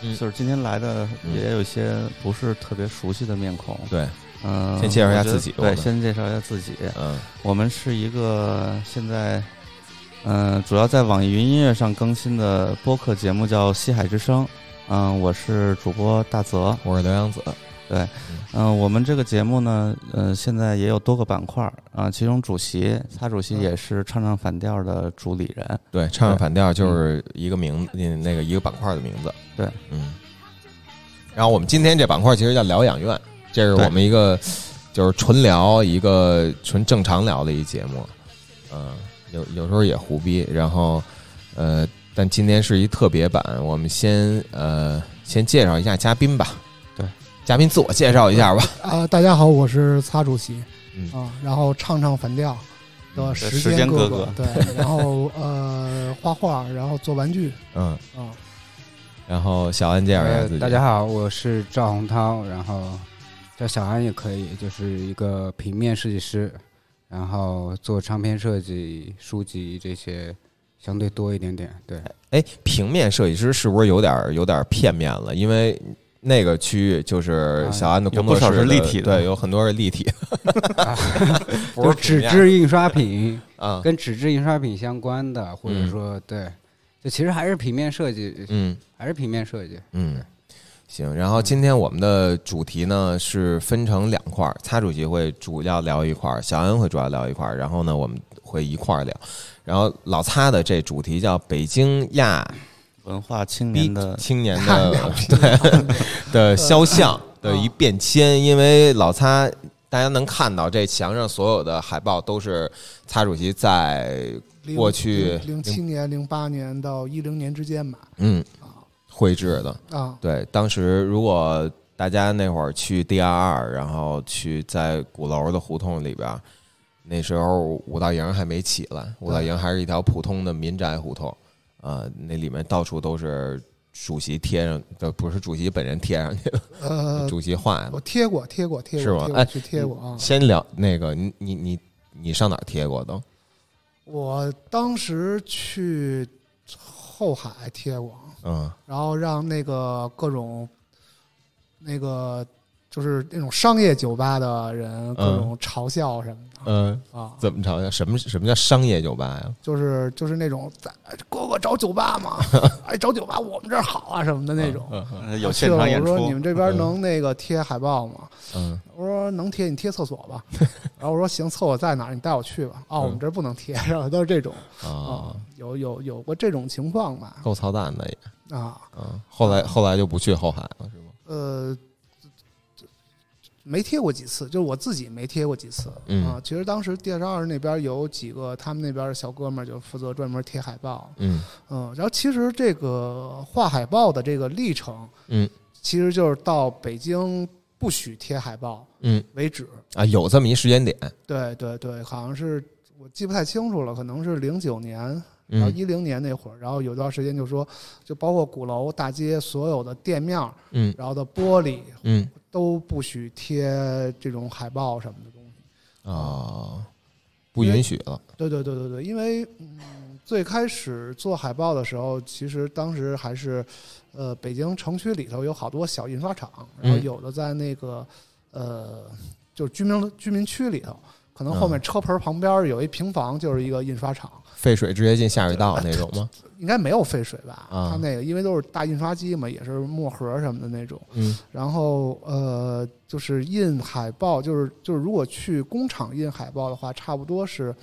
就是今天来的也有一些不是特别熟悉的面孔。 对，先介绍一下自己。 对，先介绍一下自己。我们是一个现在主要在网易云音乐上更新的播客节目，叫西海之声。我是主播大泽， 我是刘洋子。 对，我们这个节目呢，现在也有多个板块啊，其中擦主席也是唱唱反调的主理人。 对，唱唱反调就是一个那个一个板块的名字。 对， 然后我们今天这板块其实叫疗养院，这是我们一个就是纯聊一个纯正常聊的一节目。有时候也胡逼，然后但今天是一特别版，我们先介绍一下嘉宾吧。嘉宾自我介绍一下吧。 大家好，我是擦主席。然后唱唱反调的时间哥哥，对，然后画画，然后做玩具。 然后小安介绍一下自己。 大家好，我是赵洪涛，然后叫小安也可以，就是一个平面设计师，然后做唱片设计、书籍这些相对多一点点。对， 平面设计师是不是有点片面了？因为那个区域就是小安的工作室， 有不少是立体的， 对，有很多是立体的， 不是纸质印刷品跟纸质印刷品相关的，或者说对，就其实还是平面设计，还是平面设计， 行。然后今天我们的主题呢是分成两块，擦主席会主要聊一块，小安会主要聊一块，然后呢我们会一块聊。然后老擦的这主题叫北京亚文化青年的对的肖像的一变迁，因为老擦大家能看到这墙上所有的海报都是擦主席在过去 07年、08年到10年之间吧， 绘制的对，当时如果大家那会儿去 D22，然后去在鼓楼的胡同里边，那时候五道营还没起来，五道营还是一条普通的民宅胡同。那里面到处都是主席贴上的，不是主席本人贴上去的，主席画的。 我贴过， 是吗？ 去贴过啊。 先聊那个，你上哪儿贴过的？ 我当时去后海贴过，然后让那个各种那个就是那种商业酒吧的人各种嘲笑什么的。 怎么嘲笑？什么叫商业酒吧呀？ 就是那种哥哥找酒吧嘛，找酒吧我们这儿好啊什么的那种。 有现场演出。 我说你们这边能那个贴海报吗？我说能贴，你贴厕所吧。然后我说行，厕所在哪儿？你带我去吧。我们这儿不能贴，然后都是这种有过这种情况吧？ 够操蛋的也后来就不去后海了是吗？ 没贴过几次，就是我自己没贴过几次其实当时D22那边有几个他们那边的小哥们儿就负责专门贴海报，然后其实这个画海报的这个历程，其实就是到北京不许贴海报为止有这么一时间点。 对，好像是我记不太清楚了，可能是09年。然后10年那会儿，然后有段时间就说，就包括鼓楼大街所有的店面，然后的玻璃，都不许贴这种海报什么的东西不允许了。 对，因为最开始做海报的时候，其实当时还是北京城区里头有好多小印刷厂，然后有的在那个就是居民区里头，可能后面车棚旁边有一平房，就是一个印刷厂。 废水直接进下水道那种吗？ 应该没有废水吧？它那个因为都是大印刷机嘛，也是墨盒什么的那种。然后就是印海报，就是如果去工厂印海报的话，差不多是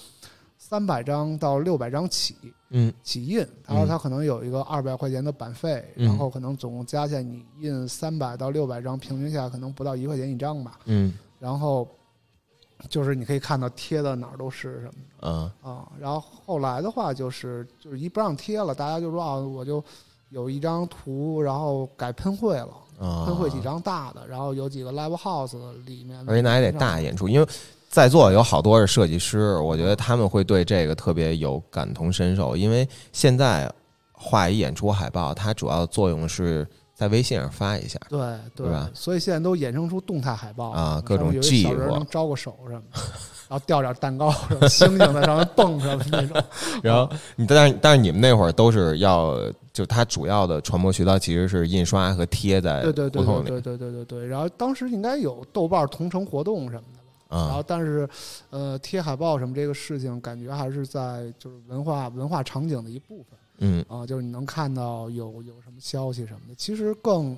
300张到600张起印。然后它可能有一个200块钱的版费，然后可能总共加起来你印300到600张，平均下可能不到1块钱一张吧。然后就是你可以看到贴的哪儿都是什么然后后来的话就是一不让贴了，大家就说我就有一张图，然后改喷绘了，喷绘几张大的，然后有几个 live house 里面， 而且那还得大演出，因为在座有好多是设计师，我觉得他们会对这个特别有感同身受，因为现在画一演出海报，它主要的作用是在微信上发一下， 对吧？ 所以现在都衍生出动态海报啊，各种技术，能招个手什么的，然后掉点蛋糕什么，星星在上面蹦什么那种。 然后但是你们那会儿都是要，就它主要的传播渠道其实是印刷和贴在胡同里。 对。然后当时应该有豆瓣同城活动什么的。然后，但是，贴海报什么这个事情，感觉还是在就是文化场景的一部分。就是你能看到有什么消息什么的，其实更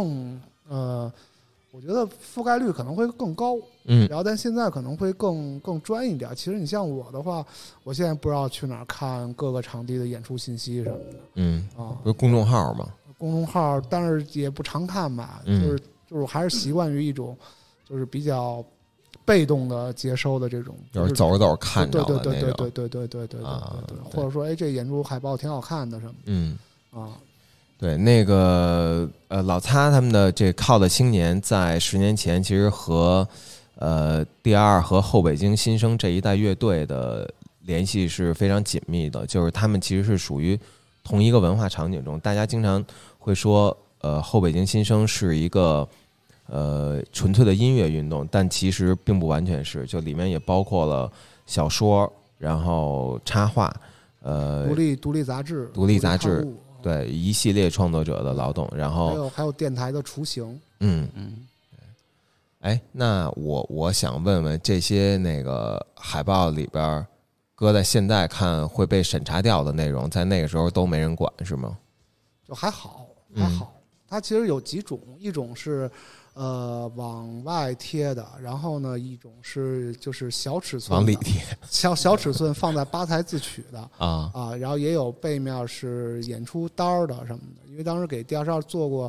我觉得覆盖率可能会更高。然后但现在可能会更专一点。其实你像我的话，我现在不知道去哪儿看各个场地的演出信息什么的。 不是公众号吗？ 公众号，但是也不常看吧。就是还是习惯于一种，就是比较被动的接收的这种， 就是走着走着看着的那种， 对，或者说，这演出海报挺好看的什么， 对，那个老擦他们的这靠的青年，在10年前其实和DR和后北京新生这一代乐队的联系是非常紧密的，就是他们其实是属于同一个文化场景中，大家经常会说，后北京新生是一个。纯粹的音乐运动，但其实并不完全是，就里面也包括了小说，然后插画， 独立杂志， 对一系列创作者的劳动，然后还有电台的雏形。 那我想问问，这些那个海报里边搁在现在看会被审查掉的内容，在那个时候都没人管是吗？ 就还好，它其实有几种，一种是。往外贴的，然后呢，一种是就是小尺寸往里贴， 小尺寸放在吧台自取的然后也有背面是演出单的什么的，因为当时给DR12做过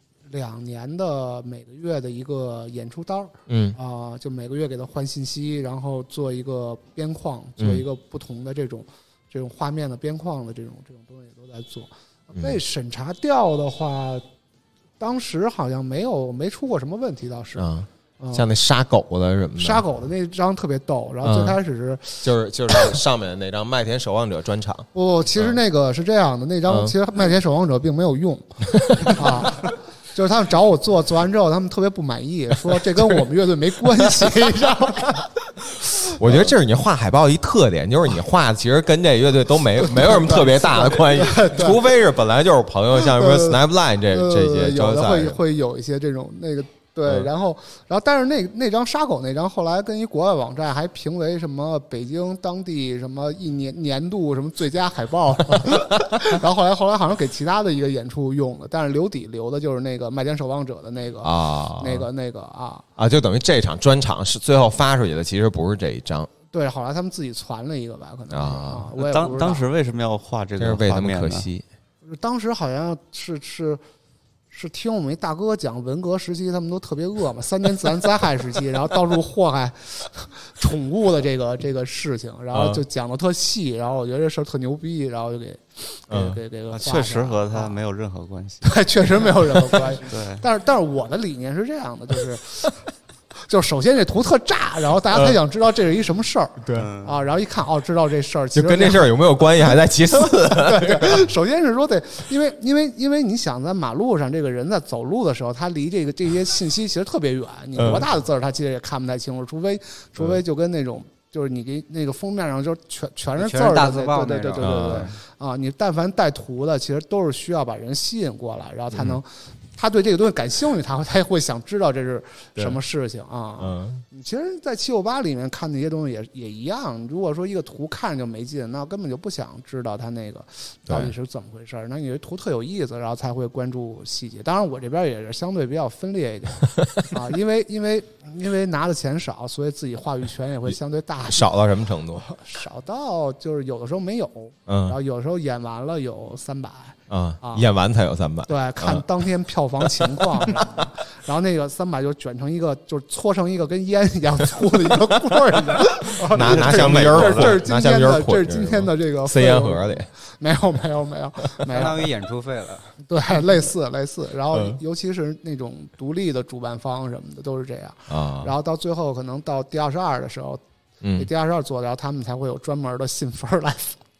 2年的每个月的一个演出单就每个月给他换信息，然后做一个边框，做一个不同的这种画面的边框的这种东西都在做。被审查掉的话。当时好像没出过什么问题，倒是像那杀狗的什么的， 杀狗的那张特别逗。然后最开始就是上面的那张麦田守望者专场。 其实那个是这样的，那张其实麦田守望者并没有用就是他们找我做完之后，他们特别不满意，说这跟我们乐队没关系，你知道吗？ 我觉得这是你画海报一特点，就是你画的其实跟这乐队都没有什么特别大的关系，除非是本来就是朋友，像什么 Snapline 这些有的会有一些这种那个。对，然后，但是那张杀狗那张后来跟一国外网站还评为什么北京当地什么一年度什么最佳海报，然后后来好像给其他的一个演出用了，但是留的就是那个麦田守望者的那个就等于这场专场是最后发出去的，其实不是这一张。 对，后来他们自己传了一个吧，可能我也不知道当时为什么要画这个画面呢？ 可惜， 当时好像是听我们一大哥讲文革时期他们都特别饿嘛，3年自然灾害时期，然后到处祸害宠物的这个事情，然后就讲的特细，然后我觉得这事儿特牛逼，然后就给确实和他没有任何关系， 对，确实没有任何关系。 对， 但是我的理念是这样的，就是首先这图特炸，然后大家才想知道这是一什么事儿， 对然后一看知道这事儿， 就跟这事儿有没有关系还在其次。 对，首先是说得，因为你想在马路上，这个人在走路的时候，他离这些信息其实特别远，你多大的字儿他其实也看不太清楚，除非就跟那种。就是你给那个封面上就全是字儿大字报， 对你但凡带图的，其实都是需要把人吸引过来，然后他对这个东西感兴趣，他也会想知道这是什么事情其实在798里面看那些东西也一样，如果说一个图看着就没劲，那根本就不想知道他那个到底是怎么回事，那你这图特有意思，然后才会关注细节。当然我这边也是相对比较分裂一点因为拿的钱少，所以自己话语权也会相对大。 少到什么程度？ 少到就是有的时候没有，然后有时候演完了有300。 演完才有300， 对，看当天票房情况，然后那个300就卷成一个，就是搓成一个跟烟一样粗的一个棍儿， 拿橡皮儿， 这是今天的这个塞烟盒里， 没有， 相当于演出费了， 对，类似，然后尤其是那种独立的主办方什么的都是这样然后到最后可能到第22的时候，给第22做的，然后他们才会有专门的信封来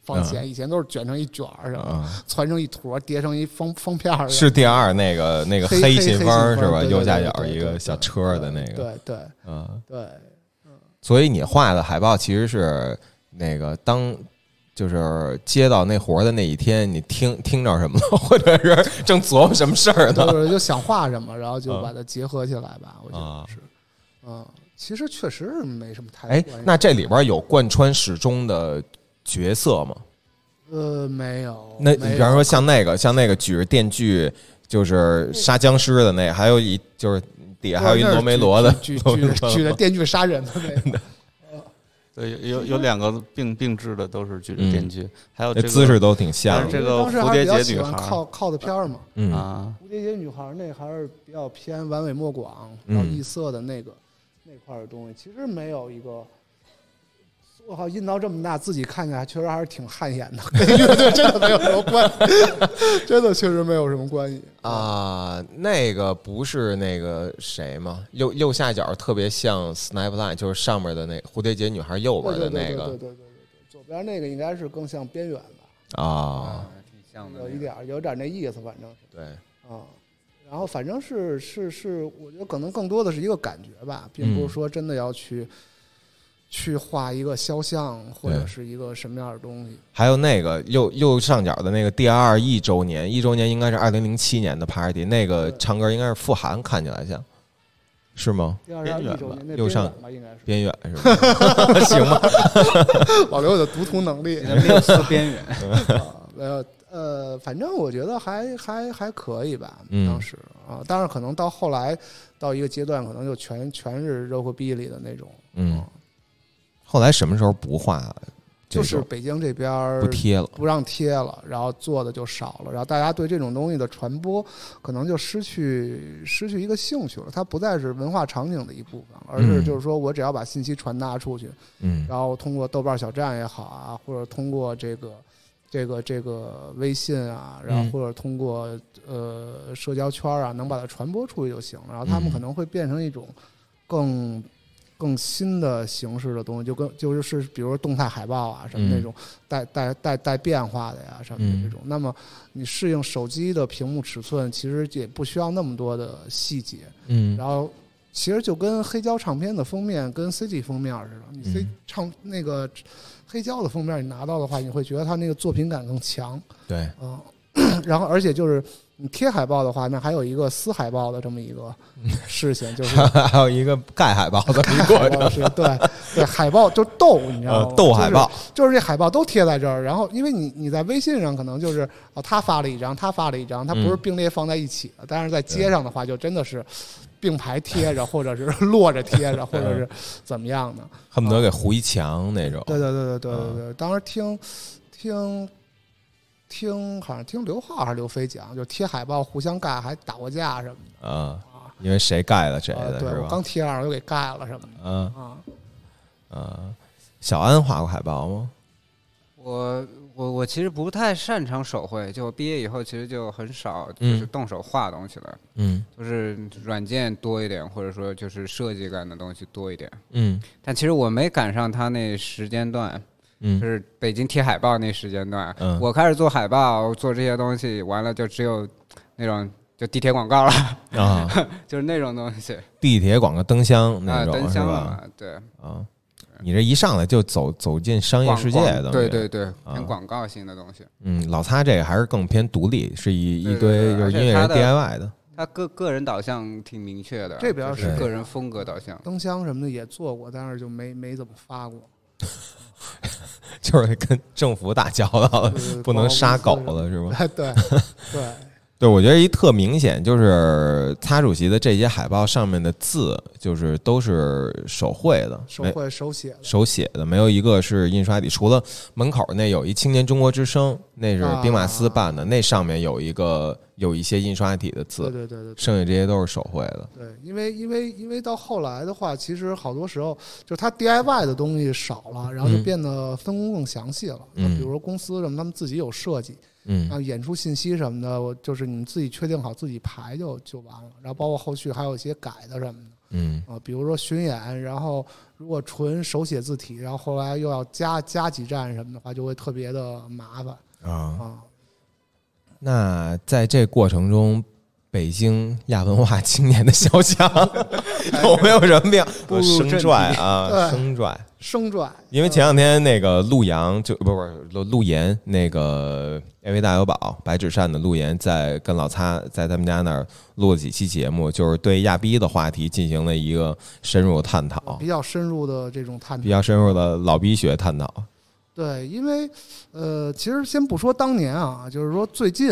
放钱，以前都是卷成一卷儿什么，攒成一坨，叠成一封片儿。 是第二那个黑信封是吧？右下角一个小车的那个。 对，对， 所以你画的海报其实是那个就是接到那活的那一天，你听着什么了，或者是正琢磨什么事儿呢？ 就想画什么，然后就把它结合起来吧。我觉得是，其实确实没什么太大关系。 那这里边有贯穿始终的角色吗？ 没有。 那比方说像那个举着电锯就是杀僵尸的那，还有一就是底下还有一罗梅罗的举着电锯杀人的那个。 对，有两个并置的都是举着电锯，还有这个姿势都挺像。 这个蝴蝶结女孩靠的片儿嘛，蝴蝶结女孩那还是比较偏完美莫广，然后异色的那块的东西，其实没有一个。我靠，印到这么大，自己看起来确实还是挺汗颜的，跟乐队真的没有什么关系，真的确实没有什么关系啊。那个不是那个谁吗？右下角特别像 Snapline， 就是上面的那蝴蝶结女孩右边的那个。 对，左边那个应该是更像边缘吧？ 挺像的， 有点那意思，反正是。 对然后反正是，我觉得可能更多的是一个感觉吧，并不是说真的要去画一个肖像或者是一个什么样的东西。 还有那个右上角的那个 DRR 1周年应该是2007年的 party， 那个唱歌应该是傅函，看起来像是吗？右上边缘是吧？行吧， 保留我的读图能力， 六四边缘。 反正我觉得还可以吧，当时当然可能到后来到一个阶段，可能就全是肉和逼里的那种。 后来什么时候不画？ 就是北京这边不贴了， 不让贴了，然后做的就少了，然后大家对这种东西的传播可能就失去一个兴趣了。它不再是文化场景的一部分，而是就是说我只要把信息传达出去，然后通过豆瓣小站也好啊，或者通过这个微信啊，然后或者通过社交圈啊，能把它传播出去就行了。然后他们可能会变成一种更新的形式的东西，就是比如说动态海报啊什么那种带变化的呀什么的这种。那么你适应手机的屏幕尺寸，其实也不需要那么多的细节。然后其实就跟黑胶唱片的封面跟 CD 封面似的，你那个黑胶的封面你拿到的话，你会觉得它那个作品感更强。 对， 然后而且就是你贴海报的话，那还有一个撕海报的这么一个事情，就是还有一个盖海报的过程。 对，海报就斗，你知道吗？ 斗海报就是这海报都贴在这儿，然后因为你在微信上可能就是他发了一张，他发了一张，他不是并列放在一起的，但是在街上的话就真的是并排贴着，或者是摞着贴着，或者是怎么样的， 恨不得给糊一墙那种。 对，当时听好像听刘浩还是刘飞讲，就贴海报互相盖，还打过架什么的因为谁盖了谁的， 对， 是吧？ 我刚贴上就给盖了什么的。小安画过海报吗？ 我其实不太擅长手绘，就我毕业以后其实就很少就是动手画东西了。就是软件多一点，或者说就是设计感的东西多一点。但其实我没赶上他那时间段。就是北京贴海报那时间段，我开始做海报，做这些东西，完了就只有那种就地铁广告了就是那种东西， 地铁广告灯箱那种， 灯箱嘛，对你这一上来就走进商业世界的， 对，偏广告性的东西。 老擦这个还是更偏独立，是一堆就是音乐人 DIY 的。 他个人导向挺明确的， 这边是个人风格导向。 灯箱什么的也做过，但是就没怎么发过。 就是跟政府打交道了，不能杀狗了，是吗？对，我觉得一特明显就是擦主席的这些海报上面的字，就是都是手绘的，手写的，没有一个是印刷体。除了门口那有一青年中国之声，那是兵马司办的，那上面有一些印刷体的字， 对， 剩下这些都是手绘的。 对，因为到后来的话，其实好多时候就它 DIY 的东西少了，然后就变得分工更详细了。比如说公司什么，他们自己有设计。然后演出信息什么的，就是你们自己确定好自己排就完了，然后包括后续还有一些改的什么的。 比如说巡演，然后如果纯手写字体，然后后来又要加几站什么的话，就会特别的麻烦啊。 那在这过程中，北京亚文化青年的肖像有没有什么病？生拽啊，生拽。因为前两天那个陆阳就不是陆岩，那个 AV 大有宝白纸扇的陆岩在跟老擦在他们家那儿录了几期节目，就是对亚逼的话题进行了一个深入探讨， 比较深入的这种探讨， 比较深入的老逼学探讨。 对，因为其实先不说当年啊，就是说最近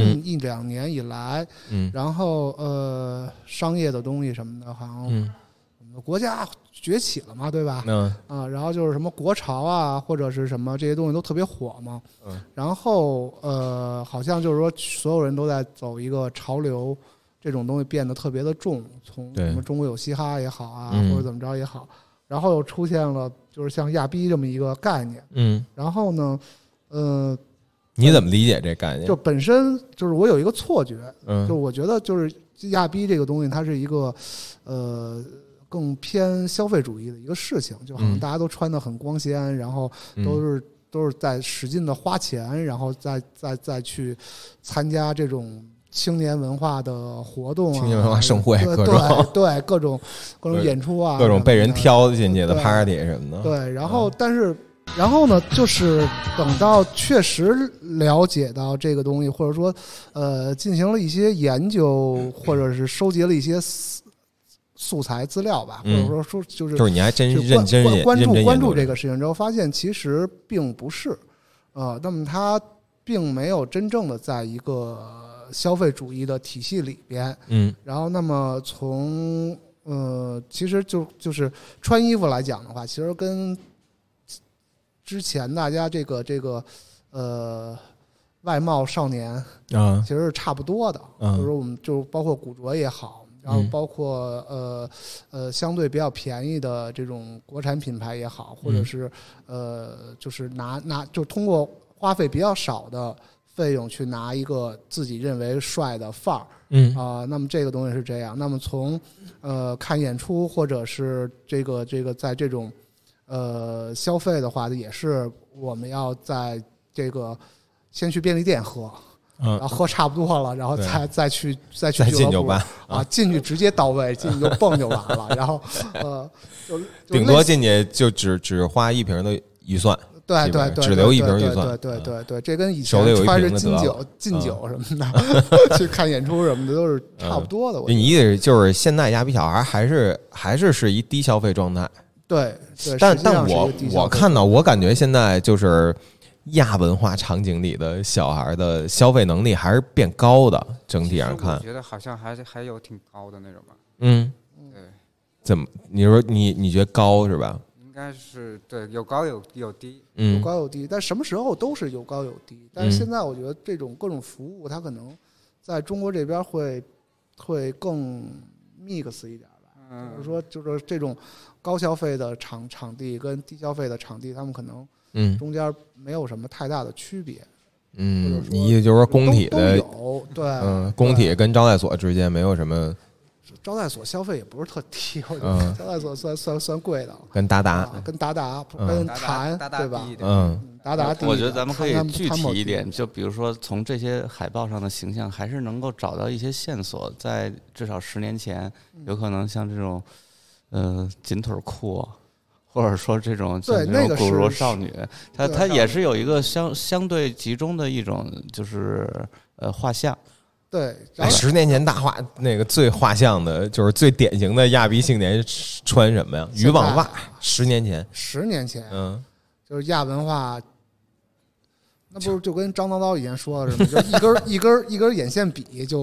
1-2年以来，然后商业的东西什么的，好像我们的国家崛起了嘛，对吧？然后就是什么国潮啊，或者是什么这些东西都特别火嘛。然后好像就是说所有人都在走一个潮流，这种东西变得特别的重，从什么中国有嘻哈也好啊，或者怎么着也好。然后又出现了就是像亚逼这么一个概念，然后呢， 你怎么理解这概念？ 就本身就是我有一个错觉，就我觉得就是亚逼这个东西，它是一个更偏消费主义的一个事情，就好像大家都穿得很光鲜，然后都是在使劲的花钱，然后再去参加这种青年文化的活动啊， 青年文化盛会， 各种演出啊， 各种被人挑进去的 party 什么的。 对，然后呢，就是等到确实了解到这个东西，或者说进行了一些研究，或者是收集了一些素材资料吧，或者说就是你还真认真关注这个事情之后，发现其实并不是那么它并没有真正的在一个消费主义的体系里边，然后那么从其实就是穿衣服来讲的话，其实跟之前大家这个外貌少年其实是差不多的，就是说我们就包括古着也好，然后包括相对比较便宜的这种国产品牌也好，或者是就是就通过花费比较少的费用去拿一个自己认为帅的范儿，那么这个东西是这样。那么从看演出或者是这个在这种消费的话，也是我们要在这个先去便利店喝，然后喝差不多了，然后再去俱乐部啊，进去直接到位，进去就蹦就完了，然后就顶多进去就只花1瓶的预算。 对， 只留1瓶预算。 对，这跟以前穿着禁酒什么的去看演出什么的都是差不多的。 你意思就是现在亚逼小孩还是一低消费状态？ 对， 但我看到，我感觉现在就是亚文化场景里的小孩的消费能力还是变高的，整体上看， 我觉得好像还有挺高的那种吧。 对，怎么？你说你觉得高是吧？ 应该是对，有高有低， 有高有低，但什么时候都是有高有低。但是现在我觉得这种各种服务，它可能在中国这边会更 mix 一点吧。就是说这种高消费的场地跟低消费的场地，他们可能中间没有什么太大的区别。 你意思就是说工体的有对， 工体跟招待所之间没有什么。 招待所消费也不是特低，我觉得招待所算贵的。 跟达达跟谈对吧？达达， 我觉得咱们可以具体一点，就比如说从这些海报上的形象，还是能够找到一些线索。在至少10年前，有可能像这种紧腿裤，或者说这种骨弱少女，它也是有一个相对集中的一种就是画像。 对 ，10年前大画那个最画像的，就是最典型的亚逼青年穿什么呀？渔网袜。10年前，就是亚文化，那不是就跟张叨叨以前说的什么，就一根眼线笔就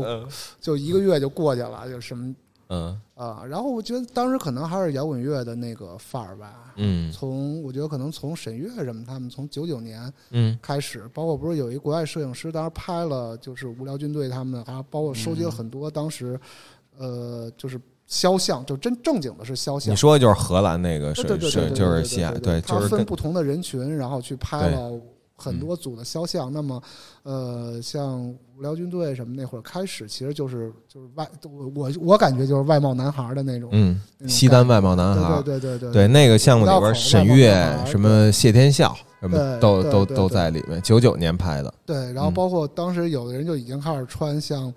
1个月就过去了，就什么然后我觉得当时可能还是摇滚乐的那个范儿吧。我觉得可能从沈月什么他们从99年开始，包括不是有一国外摄影师当时拍了就是无聊军队他们，还包括收集了很多当时就是肖像，就正经的是肖像。你说的就是荷兰那个对， 就是西海，对， 他分不同的人群，然后去拍了很多组的肖像。那么像无聊军队什么那会儿开始，其实就是我感觉就是外贸男孩的那种， 西单外贸男孩， 对， 那个项目里边沈月什么谢天笑什么都在里面，99年拍的。 对，然后包括当时有的人就已经开始穿像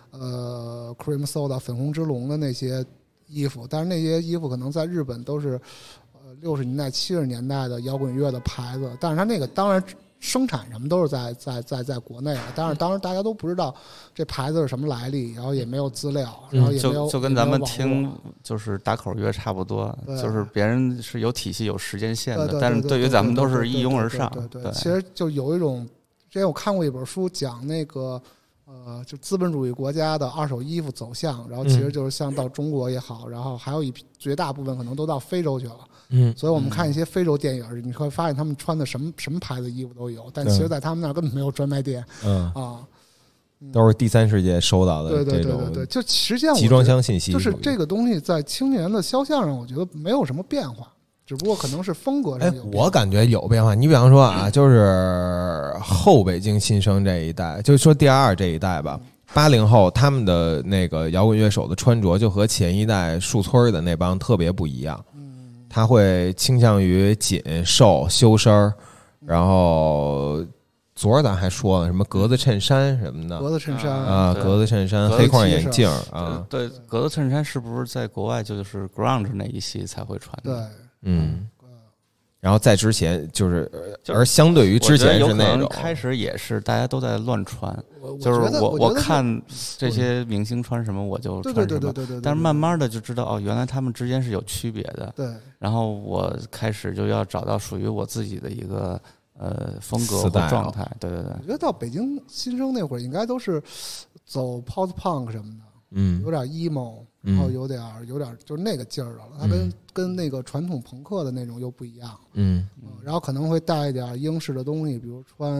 Cream Soda 粉红之龙的那些衣服，但是那些衣服可能在日本都是60年代70年代的摇滚乐的牌子，但是它那个当然生产什么都是在国内了，但是当时大家都不知道这牌子是什么来历，然后也没有资料，然后也没有就跟咱们听就是打口乐差不多，就是别人是有体系有时间线的，但是对于咱们都是一拥而上。 对，其实就有一种，之前我看过一本书讲那个就资本主义国家的二手衣服走向，然后其实就是像到中国也好，然后还有绝大部分可能都到非洲去了。所以我们看一些非洲电影，你会发现他们穿的什么牌子衣服都有，但其实在他们那儿根本没有专卖店。 都是第三世界收到的这种， 对，就实际上集装箱信息， 就是这个东西在青年的肖像上，我觉得没有什么变化，只不过可能是风格上有变化。 我感觉有变化。你比方说啊，就是后北京新生这一代，就说第二这一代吧，80后他们的那个摇滚乐手的穿着就和前一代树村的那帮特别不一样。他会倾向于紧瘦修身，然后昨儿咱还说了什么格子衬衫什么的， 格子衬衫啊，格子衬衫、黑框眼镜啊， 对，格子衬衫是不是在国外就是 grunge 那一系才会穿的？ 对， 然后在之前而相对于之前是那种开始也是大家都在乱穿，就是我看这些明星穿什么我就穿什么，但是慢慢的就知道哦，原来他们之间是有区别的。 对， 然后我开始就要找到属于我自己的一个风格和状态。对， 我觉得到北京新生那会儿应该都是走 post punk 什么的，有点 emo。然后有点就是那个劲儿的了，它跟那个传统朋克的那种又不一样，然后可能会带一点英式的东西，比如穿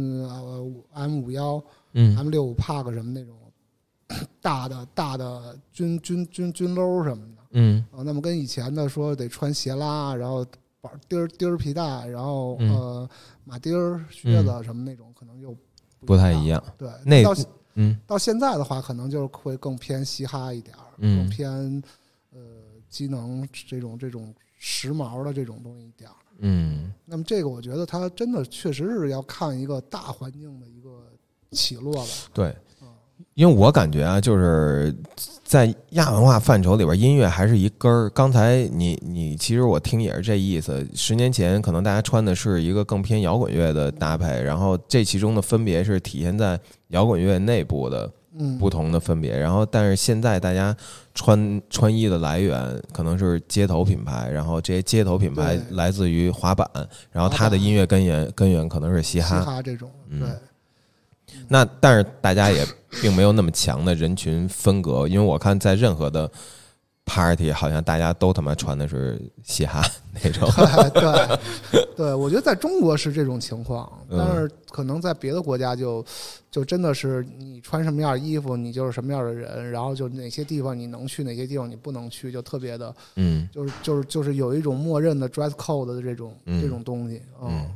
M51、M65 Park 什么那种大的军搂什么的，那么跟以前的说得穿鞋拉，然后钉儿皮带，然后马丁靴子什么那种，可能又不太一样。 对， 那到现在的话，可能就是会更偏嘻哈一点，更偏机能这种时髦的这种东西一点。那么这个我觉得它真的确实是要看一个大环境的一个起落吧。 对，因为我感觉啊，就是在亚文化范畴里边，音乐还是一根儿。刚才你其实我听也是这意思。10年前可能大家穿的是一个更偏摇滚乐的搭配，然后这其中的分别是体现在摇滚乐内部的不同的分别。然后但是现在大家穿衣的来源可能是街头品牌，然后这些街头品牌来自于滑板，然后它的音乐根源可能是嘻哈这种。对。 那但是大家也并没有那么强的人群分隔，因为我看在任何的 party 好像大家都他妈穿的是嘻哈那种。 对，我觉得在中国是这种情况，但是可能在别的国家就真的是你穿什么样的衣服你就是什么样的人，然后就哪些地方你能去哪些地方你不能去，就特别的就是有一种默认的 dress code 的这种东西。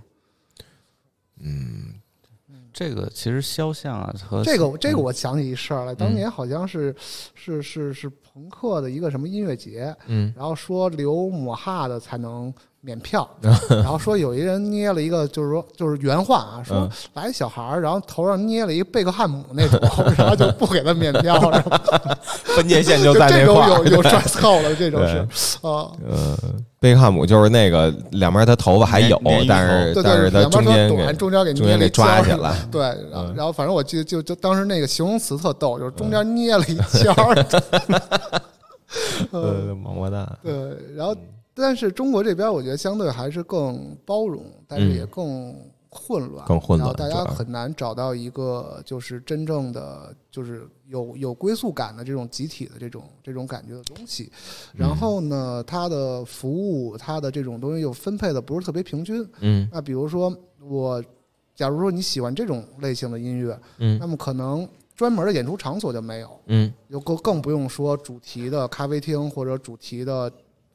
这个其实肖像啊和这个我想起一事儿来，当年好像是朋克的一个什么音乐节，然后说留抹哈的才能免票，然后说有一人捏了一个，就是原话啊，说来小孩儿，然后头上捏了一个贝克汉姆那种，然后就不给他免票了。 分界线就在那块儿， 有 dress code 的这种是贝克汉姆就是那个两边他头发还有，但是他中间给抓起来。 对，然后反正我记得就当时那个形容词特逗，就是中间捏了一圈儿。 王八蛋。 对，然后但是中国这边我觉得相对还是更包容，但是也更混乱，然后大家很难找到一个就是真正的就是有归宿感的这种集体的这种感觉的东西。然后呢，它的服务它的这种东西又分配的不是特别平均。那比如说假如说你喜欢这种类型的音乐，那么可能专门的演出场所就没有，就更不用说主题的咖啡厅或者主题的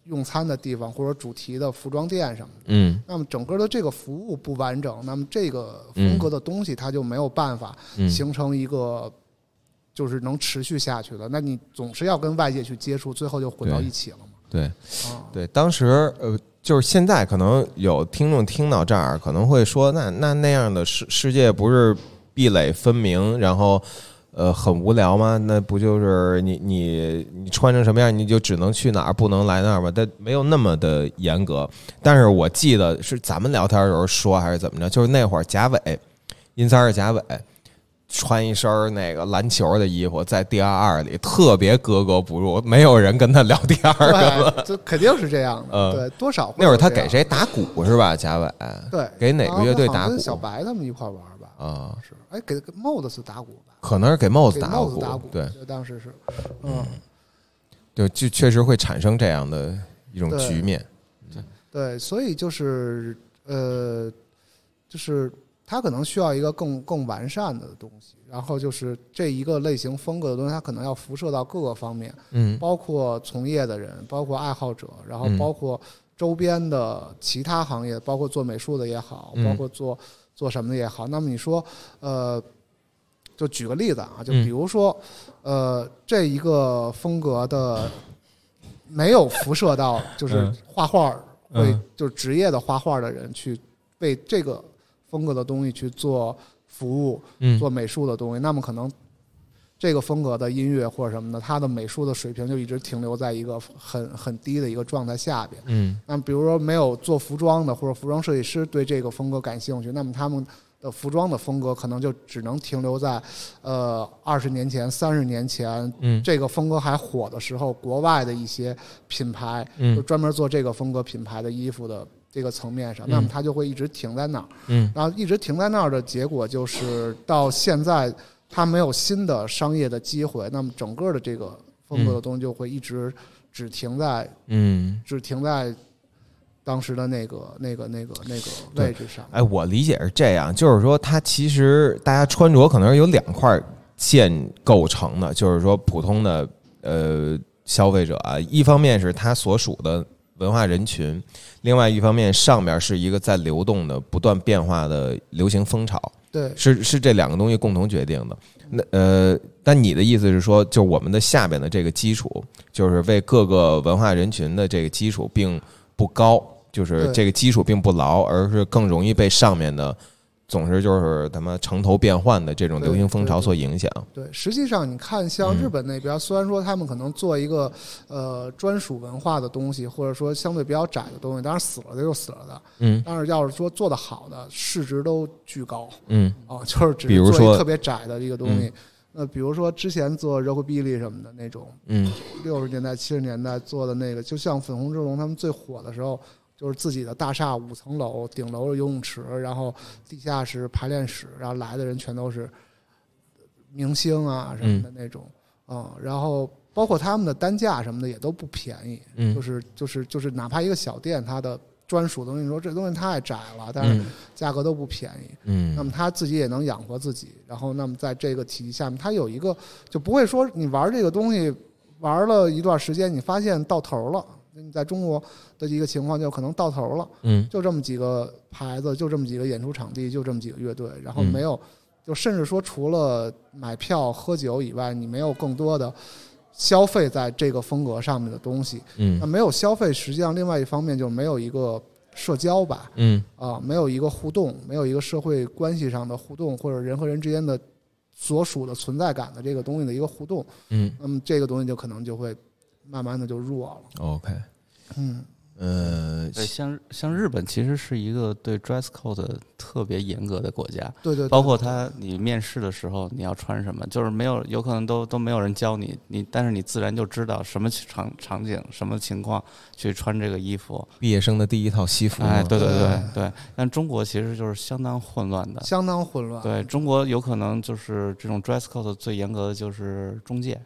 用餐的地方或者主题的服装店什么的，那么整个的这个服务不完整，那么这个风格的东西它就没有办法形成一个就是能持续下去的。那你总是要跟外界去接触，最后就混到一起了嘛。 对，对，当时就是现在可能有听众听到这儿可能会说，那样的世界不是壁垒分明，然后很无聊吗？那不就是你穿成什么样你就只能去哪儿不能来那儿吗？但没有那么的严格。但是我记得是咱们聊天的时候说还是怎么着，就是那会儿贾伟阴三儿贾伟穿一身那个篮球的衣服，在 DR2 里特别格格不入，没有人跟他聊第二个了。 这肯定是这样的，对，多少会那会儿他给谁打鼓是吧？贾伟对， 给哪个乐队打鼓？ 跟小白他们一块玩吧。啊，是，哎，给 Mods 打鼓吧？ 可能是给 Mods 打鼓， 对， 当时是， 就确实会产生这样的一种局面。 对，所以就是就是它可能需要一个更完善的东西，然后就是这一个类型风格的东西，它可能要辐射到各个方面，包括从业的人，包括爱好者，然后包括周边的其他行业，包括做美术的也好，包括做什么的也好。那么你说，就举个例子啊，就比如说，这一个风格的没有辐射到就是画画会就是职业的画画的人去为这个风格的东西去做服务，做美术的东西，那么可能这个风格的音乐或者什么的，它的美术的水平就一直停留在一个很低的一个状态下边。那么比如说没有做服装的或者服装设计师对这个风格感兴趣，那么他们的服装的风格可能就只能停留在20年前30年前这个风格还火的时候，国外的一些品牌就专门做这个风格品牌的衣服的这个层面上，那么它就会一直停在那儿，然后一直停在那儿的结果就是到现在它没有新的商业的机会，那么整个的这个风格的东西就会一直只停在当时的那个位置上。 哎，我理解是这样，就是说它其实大家穿着可能是有2块件构成的，就是说普通的消费者啊，一方面是他所属的文化人群，另外一方面上面是一个在流动的不断变化的流行风潮。 对， 是这2个东西共同决定的。那但你的意思是说，就我们的下边的这个基础，就是为各个文化人群的这个基础并不高，就是这个基础并不牢，而是更容易被上面的总是就是他妈城头变换的这种流行风潮所影响。 对，实际上你看像日本那边，虽然说他们可能做一个专属文化的东西，或者说相对比较窄的东西，当然死了的就死了的，但是要是说做得好的，市值都巨高，就是只是做一个特别窄的一个东西。比如说之前做 Rockabilly 什么的那种，60年代70年代做的那个，就像粉红之龙他们最火的时候，就是自己的大厦5层楼，顶楼是游泳池，然后地下是排练室，然后来的人全都是明星啊什么的那种，然后包括他们的单价什么的也都不便宜，就是哪怕一个小店，它的专属的东西，说这东西太窄了，但是价格都不便宜，那么他自己也能养活自己，然后那么在这个体系下面，他有一个就不会说你玩这个东西玩了一段时间，你发现到头了。你在中国的一个情况就可能到头了，就这么几个牌子，就这么几个演出场地，就这么几个乐队，然后没有，就甚至说除了买票喝酒以外，你没有更多的消费在这个风格上面的东西，那没有消费，实际上另外一方面就没有一个社交吧，没有一个互动，没有一个社会关系上的互动，或者人和人之间的所属的存在感的这个东西的一个互动，那么这个东西就可能就会慢慢的就弱了。 OK， 对，像日本其实是一个对 dress code 特别严格的国家， 对， 包括你面试的时候你要穿什么，就是有可能都没有人教你，但是你自然就知道什么场景什么情况去穿这个衣服。 毕业生的第一套西服， 哎，对。但中国其实就是相当混乱的， 相当混乱。 对，中国有可能就是这种 dress code 最严格的就是中介。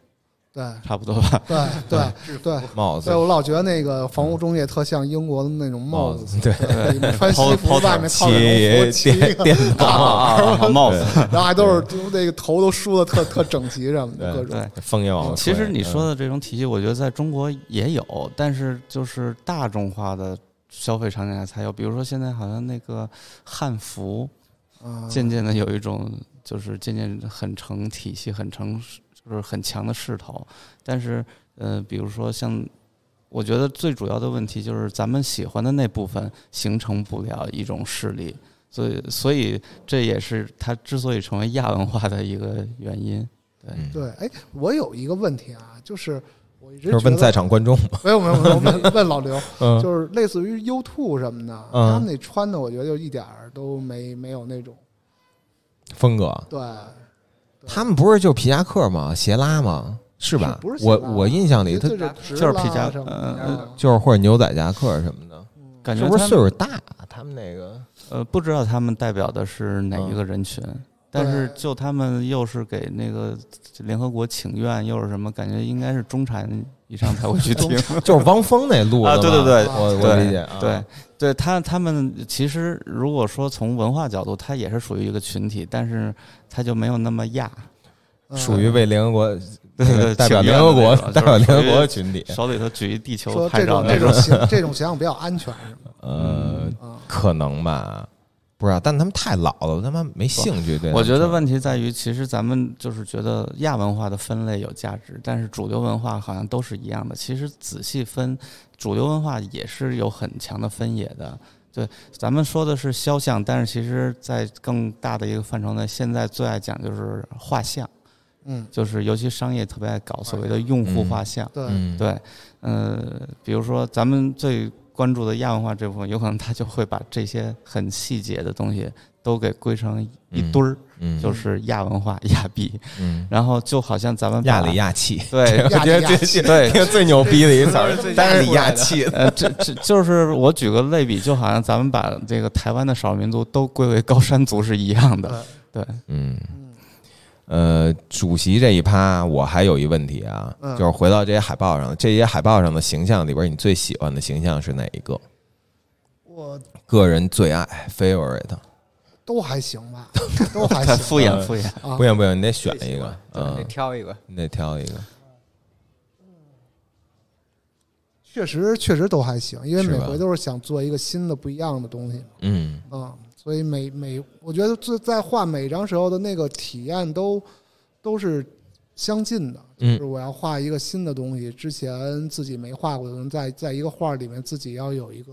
对， 差不多吧。 对， 帽子。 对，我老觉得那个房屋中介特像英国的那种帽子， 对， 穿西服外面靠着农服，骑一个大帽子， 然后还都是那个头都梳的特整齐什么的，各种枫叶王。 其实你说的这种体系，我觉得在中国也有，但是就是大众化的消费场景下才有。比如说现在好像那个汉服，渐渐的有一种就是渐渐很成体系、就是很强的势头，但是比如说像，我觉得最主要的问题就是咱们喜欢的那部分形成不了一种势力，所以这也是它之所以成为亚文化的一个原因。 对，哎，我有一个问题啊，就是我一直就是问在场观众吗？ 没有，问老刘，就是类似于 U2 什么的，他们那穿的，我觉得就一点都没有那种风格。 对。 他们不是就皮夹克吗？斜拉吗？是吧？ 不是我印象里他就是皮夹克， 就是或者牛仔夹克什么的。 感觉是不是岁数大？他们那个不知道他们代表的是哪一个人群，但是就他们又是给那个联合国请愿，又是什么？感觉应该是中产以上才会去听。 就是汪峰那路子对， 我理解。 对，他们其实如果说从文化角度，他也是属于一个群体，但是他就没有那么亚， 属于为联合国对代表联合国的群体， 手里头举一地球拍照那种这种形象比较安全是吗？ 可能吧。不知道，但他们太老了，我他妈没兴趣。对， 我觉得问题在于，其实咱们就是觉得亚文化的分类有价值，但是主流文化好像都是一样的。其实仔细分，主流文化也是有很强的分野的。对，咱们说的是肖像，但是其实在更大的一个范畴内，现在最爱讲就是画像。就是尤其商业特别爱搞所谓的用户画像。对，比如说咱们最关注的亚文化这部分，有可能他就会把这些很细节的东西都给归成一堆儿，就是亚文化、亚币。然后就好像咱们亚里亚气， 对， 我觉得这最牛逼的一词儿，亚里亚气。 这就是我举个类比，就好像咱们把这个台湾的少数民族都归为高山族是一样的。对， 主席这一趴，我还有一问题啊，就是回到这些海报上，这些海报上的形象里边，你最喜欢的形象是哪一个？ 我个人最爱 favorite 都还行吧，都还行。 敷衍不行，你得选一个， 你得挑一个， 你得挑一个。 确实都还行，因为每回都是想做一个新的不一样的东西。所以我觉得在画每一张时候的那个体验都是相近的。就是我要画一个新的东西，之前自己没画过的人，在一个画里面自己要有一个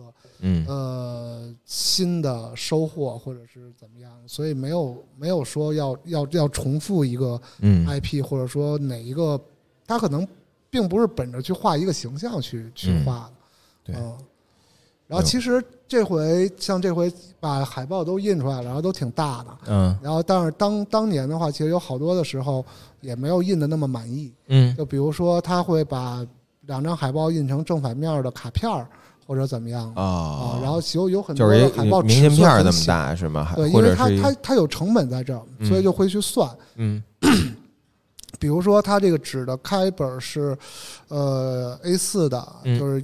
新的收获或者是怎么样，所以没有说要重复一个 IP，或者说哪一个，他可能并不是本着去画一个形象去画的。 对。 然后其实这回把海报都印出来了，然后都挺大的，然后但是当年的话，其实有好多的时候也没有印的那么满意，就比如说他会把2张海报印成正反面的卡片或者怎么样然后有很多的海报明信片那么大是吗？ 对，因为它有成本在这儿，所以就会去算。比如说它这个纸的开本是A4 的，就是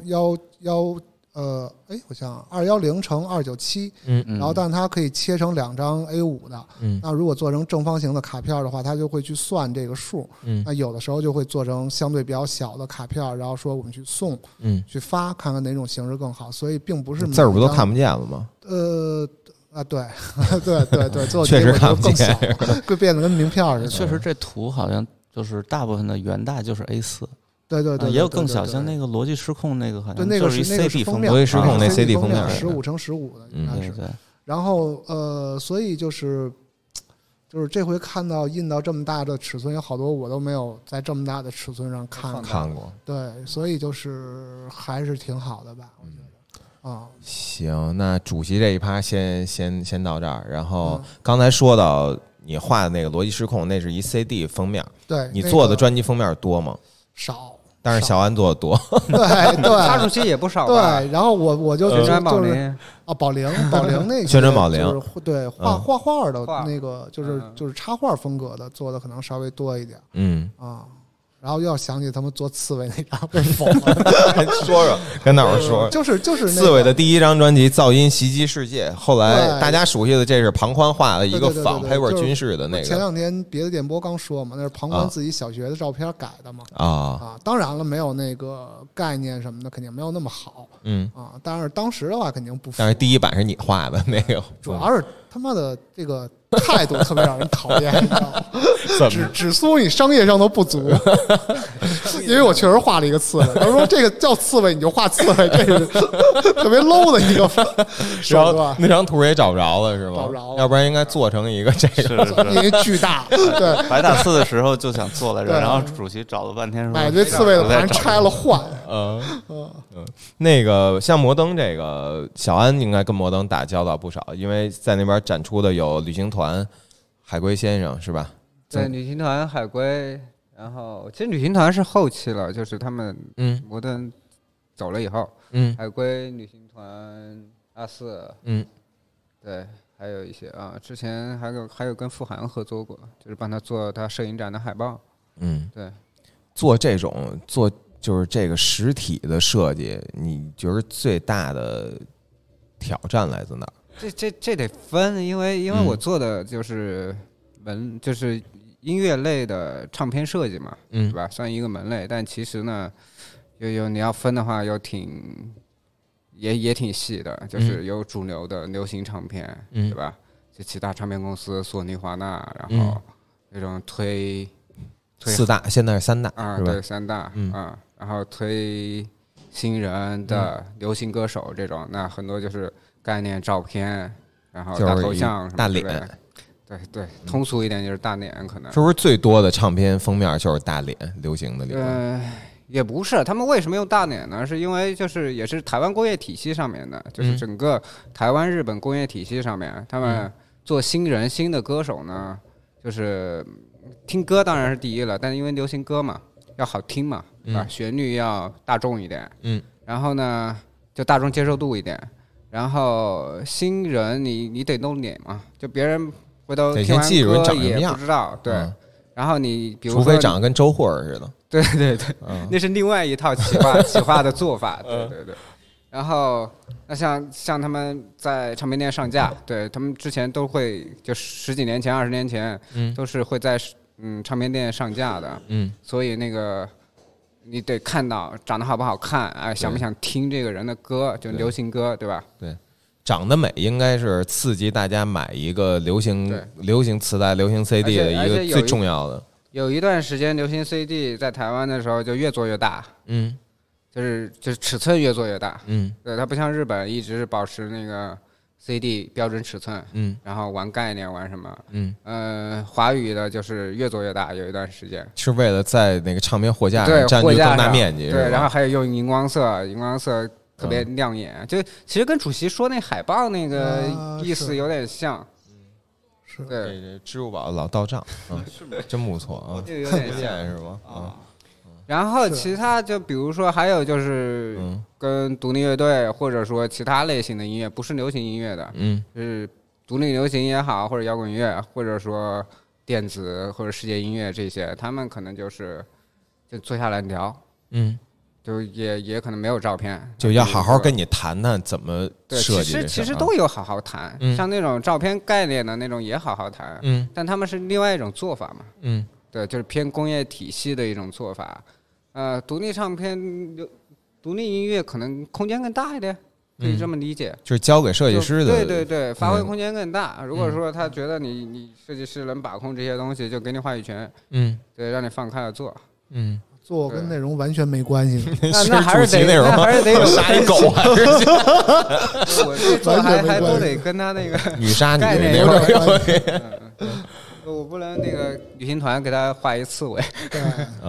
我想210乘297，然后但是它可以切成2张 A5 的，那如果做成正方形的卡片的话，它就会去算这个数，那有的时候就会做成相对比较小的卡片，然后说我们去送，去发，看看哪种形式更好，所以并不是字儿不都看不见了吗？ 对， 确实看不见， 会变得跟名片似的。 确实，这图好像就是大部分的原大就是 A4。 对， 也有更小，像那个逻辑失控那个好像就是一 CD 封面， 逻辑失控那 CD 封面 15乘15的应该是。然后所以就是这回看到印到这么大的尺寸，有好多我都没有在这么大的尺寸上看过。 对，所以就是还是挺好的吧，我觉得。 行，那主席这一趴先到这儿。然后刚才说到你画的那个逻辑失控，那是一 CD 封面。 对， 你做的专辑封面多吗？ 少。 但是小安做的多， 对， 他主席也不少。 对，然后我就宣传宝林宝林那个宣传宝林， 对，画画的那个就是插画风格的做的可能稍微多一点。 然后又要想起他们做刺猬那张被否了。 说跟哪儿说？ 就是刺猬的第一张专辑《噪音袭击世界》，后来大家熟悉的这是庞宽画的一个仿佩尔军事的那个。 前2天别的电波刚说嘛，那是庞宽自己小学的照片改的嘛。当然了，没有那个概念什么的，肯定没有那么好。但是当时的话肯定不。 但是第一版是你画的那个， 主要是他妈的这个态度特别让人讨厌，你知道吗？只说你商业上的不足，因为我确实画了一个刺猬。他说这个叫刺猬，你就画刺猬，这是特别 low 的一个手段。 那张图也找不着了，是吗？ 找不着了， 要不然应该做成一个这个， 因为巨大。对， 白大刺的时候就想做来着，然后主席找了半天， 买堆刺猬的盘拆了换。 那个像摩登这个，小安应该跟摩登打交道不少，因为在那边展出的有旅行团、海龟先生，是吧？ 对，旅行团、海龟，然后其实旅行团是后期了，就是他们摩登走了以后，海龟、旅行团、阿四，对，还有一些之前还有跟傅涵合作过，就是帮他做他摄影展的海报，对， 做就是这个实体的设计，你觉得最大的挑战来自哪儿？ 这得分，因为我做的就是就是音乐类的唱片设计嘛，对吧？算一个门类，但其实呢，你要分的话，也挺细的，就是有主流的流行唱片，对吧？就其他唱片公司，索尼、华纳，然后那种推 4大，现在是3大啊，对，3大然后推新人的流行歌手这种，那很多就是概念照片，然后大头像什么大脸。 对，通俗一点就是大脸，可能是不是最多的唱片封面就是大脸流行的里面？ 也不是，他们为什么用大脸呢？是因为就是也是台湾工业体系上面的，就是整个台湾日本工业体系上面，他们做新的歌手呢，就是听歌当然是第一了，但是因为流行歌嘛，要好听嘛，旋律要大众一点，然后呢就大众接受度一点，然后新人你得弄脸嘛，就别人回头听完歌也不知道，对。然后你比如说， 除非长得跟周慧似的， 对，那是另外一套企划的做法，对。然后那像他们在唱片店上架，对他们之前都会就10几年前、20年前，都是会在唱片店上架的，所以那个你得看到长得好不好看，想不想听这个人的歌，就流行歌，对吧？ 对。长得美应该是刺激大家买一个流行磁带、流行 CD 的一个最重要的。 有一段时间，流行 CD 在台湾的时候就越做越大，就是尺寸越做越大，对，它不像日本一直是保持那个 CD 标准尺寸，然后玩概念玩什么，华语的就是越做越大，有一段时间是为了在那个唱片货架上占据更大面积， 对，然后还有用荧光色特别亮眼，就其实跟主席说那海报那个意思有点像， 是对， 这支付宝老到账，真不错啊， 这个有点像是吗？ 然后其他就比如说还有就是跟独立乐队或者说其他类型的音乐，不是流行音乐的，就是独立流行也好，或者摇滚乐，或者说电子或者世界音乐这些，他们可能就坐下来聊，就也可能没有照片， 就要好好跟你谈谈怎么设计。 其实都有好好谈，像那种照片概念的那种也好好谈，但他们是另外一种做法嘛，对，就是偏工业体系的一种做法。独立唱片、独立音乐可能空间更大一点，可以这么理解， 就是交给设计师的， 对，发挥空间更大。如果说他觉得你设计师能把控这些东西，就给你话语权，对，让你放开了做， 做跟内容完全没关系， 那还是得有杀一狗还是？ 我这做还都得跟他那个女杀女那会儿， 我不能那个旅行团给他画一刺猬， 对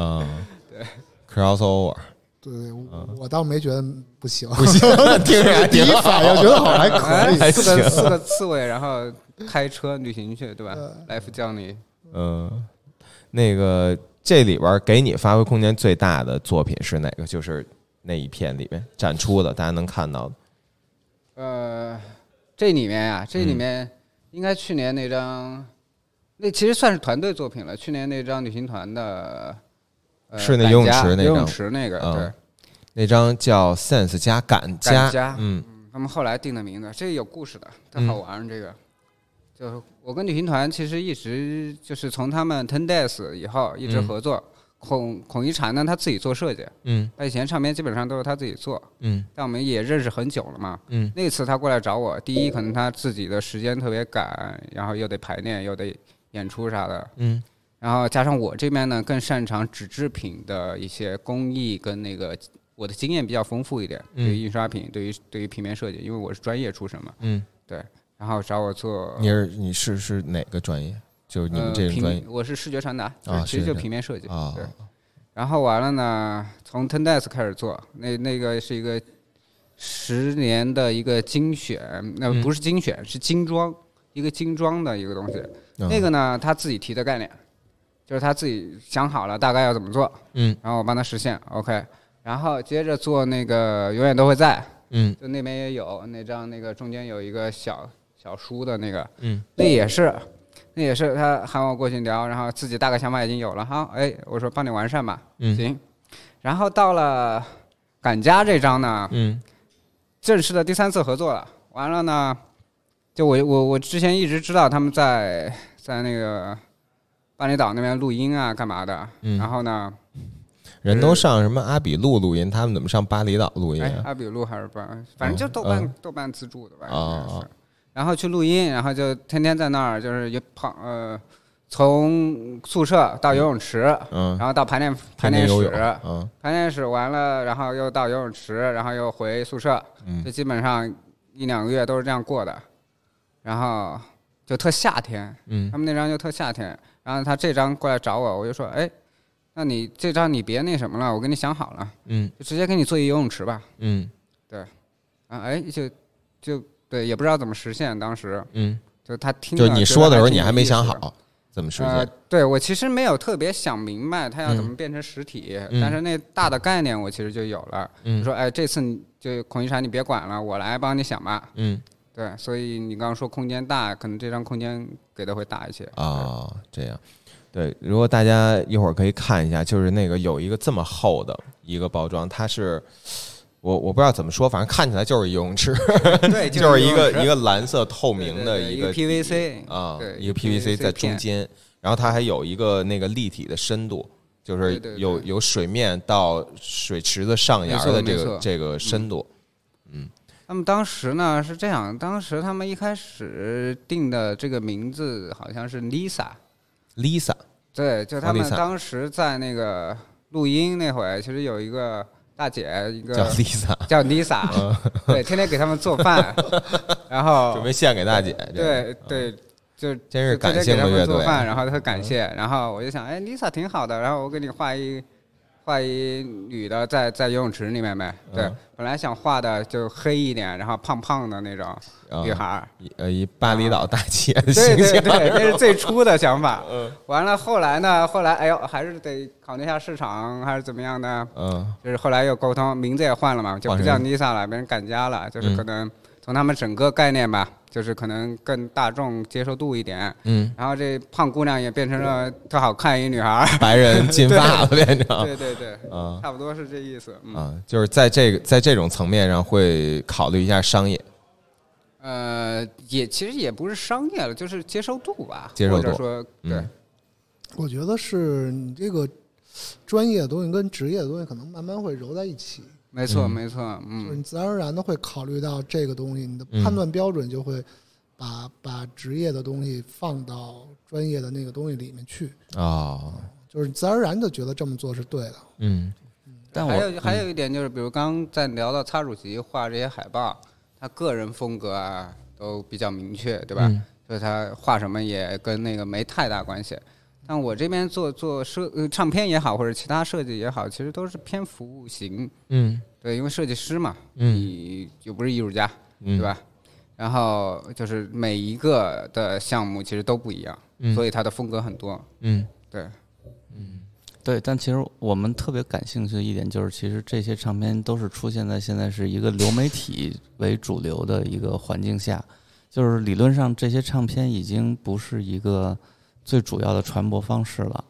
，crossover， 对，我倒没觉得不行， 听着第一反应觉得好还可以， 四个刺猬，然后开车旅行去，对吧？来福教你， 那个。这里边给你发挥空间最大的作品是哪个？就是那一片里面展出的，大家能看到的。这里面应该去年那张，那其实算是团队作品了。去年那张旅行团的， 是那游泳池那张， 游泳池那个，对， 那张叫 Sense 加感加， 他们后来定的名字，这个有故事的，特好玩。这个，就我跟旅行团其实一直就是从他们 Ten Days 以后一直合作。孔一禅呢，他自己做设计，他以前唱片基本上都是他自己做，但我们也认识很久了嘛，那次他过来找我，第一可能他自己的时间特别赶，然后又得排练又得演出啥的，然后加上我这边呢更擅长纸制品的一些工艺跟那个我的经验比较丰富一点，对于印刷品，对于平面设计，因为我是专业出身嘛，对，然后找我做， 你是哪个专业？就你们这个专业， 我是视觉传达，其实就平面设计。对，然后完了呢，从 Ten Days 开始做，那个是一个10年的一个精选，那不是精选，是精装，一个精装的一个东西。那个呢，他自己提的概念，就是他自己想好了大概要怎么做，然后我帮他实现 ，OK。然后接着做那个永远都会在，就那边也有那张，那个中间有一个小书的那个，那也是他喊我过去聊，然后自己大概想法已经有了，好，我说帮你完善吧，行。然后到了赶家这张呢，正式的第3次合作了。完了呢，就我之前一直知道他们在那个巴厘岛那边录音啊，干嘛的。然后呢， 人都上什么阿比路录音，他们怎么上巴厘岛录音啊？ 阿比路还是反正就豆瓣自助的吧。然后去录音，然后就天天在那儿，就是从宿舍到游泳池，然后到排练室，排练室完了，然后又到游泳池，然后又回宿舍，就基本上1-2个月都是这样过的。然后就特夏天，他们那张就特夏天。然后他这张过来找我，我就说，那你这张你别那什么了，我给你想好了，就直接给你做一游泳池吧，对，就。对，也不知道怎么实现。当时，就他听， 就你说的时候，你还没想好怎么实现。 对，我其实没有特别想明白他要怎么变成实体，但是那大的概念我其实就有了。我说，这次就孔一禅你别管了，我来帮你想吧。对，所以你刚刚说空间大，可能这张空间给的会大一些。 这样。对，如果大家一会儿可以看一下，就是那个有一个这么厚的一个包装，它是。我不知道怎么说，反正看起来就是游泳池， 对， 就是一个蓝色透明的一个 PVC 一个 PVC 在中间，然后它还有一个那个立体的深度，就是有水面到水池子上沿的这个深度。 他们当时呢是这样，当时他们一开始定的这个名字好像是 Lisa， 对，就他们当时在那个录音那会，其实有一个。大姐一个叫 Lisa， 对，天天给他们做饭，然后准备献给大姐。 对，就真是感性的乐队。 做饭，然后特感谢，然后我就想，Lisa 挺好的，然后我给你画一女的在游泳池里面呗。对，本来想画的就黑一点，然后胖胖的那种女孩， 以巴厘岛大姐的形象。 对，那是最初的想法。完了后来还是得考虑一下市场还是怎么样的。就是后来又沟通，名字也换了嘛，就不叫 Lisa 了，变成赶家了，就是可能从他们整个概念吧。就是可能更大众接受度一点，然后这胖姑娘也变成了特好看一女孩， 白人金发了变成， 对，差不多是这意思。 就是在这种层面上会考虑一下商业， 其实也不是商业了，就是接受度吧， 接受度。 或者说，对， 我觉得是你这个专业的东西跟职业的东西可能慢慢会揉在一起。 没错， 就是你自然而然的会考虑到这个东西，你的判断标准就会把职业的东西放到专业的那个东西里面去就是自然而然的觉得这么做是对的。 但还有一点就是，比如刚在聊到擦主席画这些海报，他个人风格啊都比较明确，对吧？所以他画什么也跟那个没太大关系。但我这边做唱片也好，或者其他设计也好，其实都是偏服务型。对，因为设计师嘛，你又不是艺术家，对吧？然后就是每一个的项目其实都不一样，所以它的风格很多。 对，但其实我们特别感兴趣的一点就是，其实这些唱片都是出现在现在是一个流媒体为主流的一个环境下，就是理论上这些唱片已经不是一个最主要的传播方式了，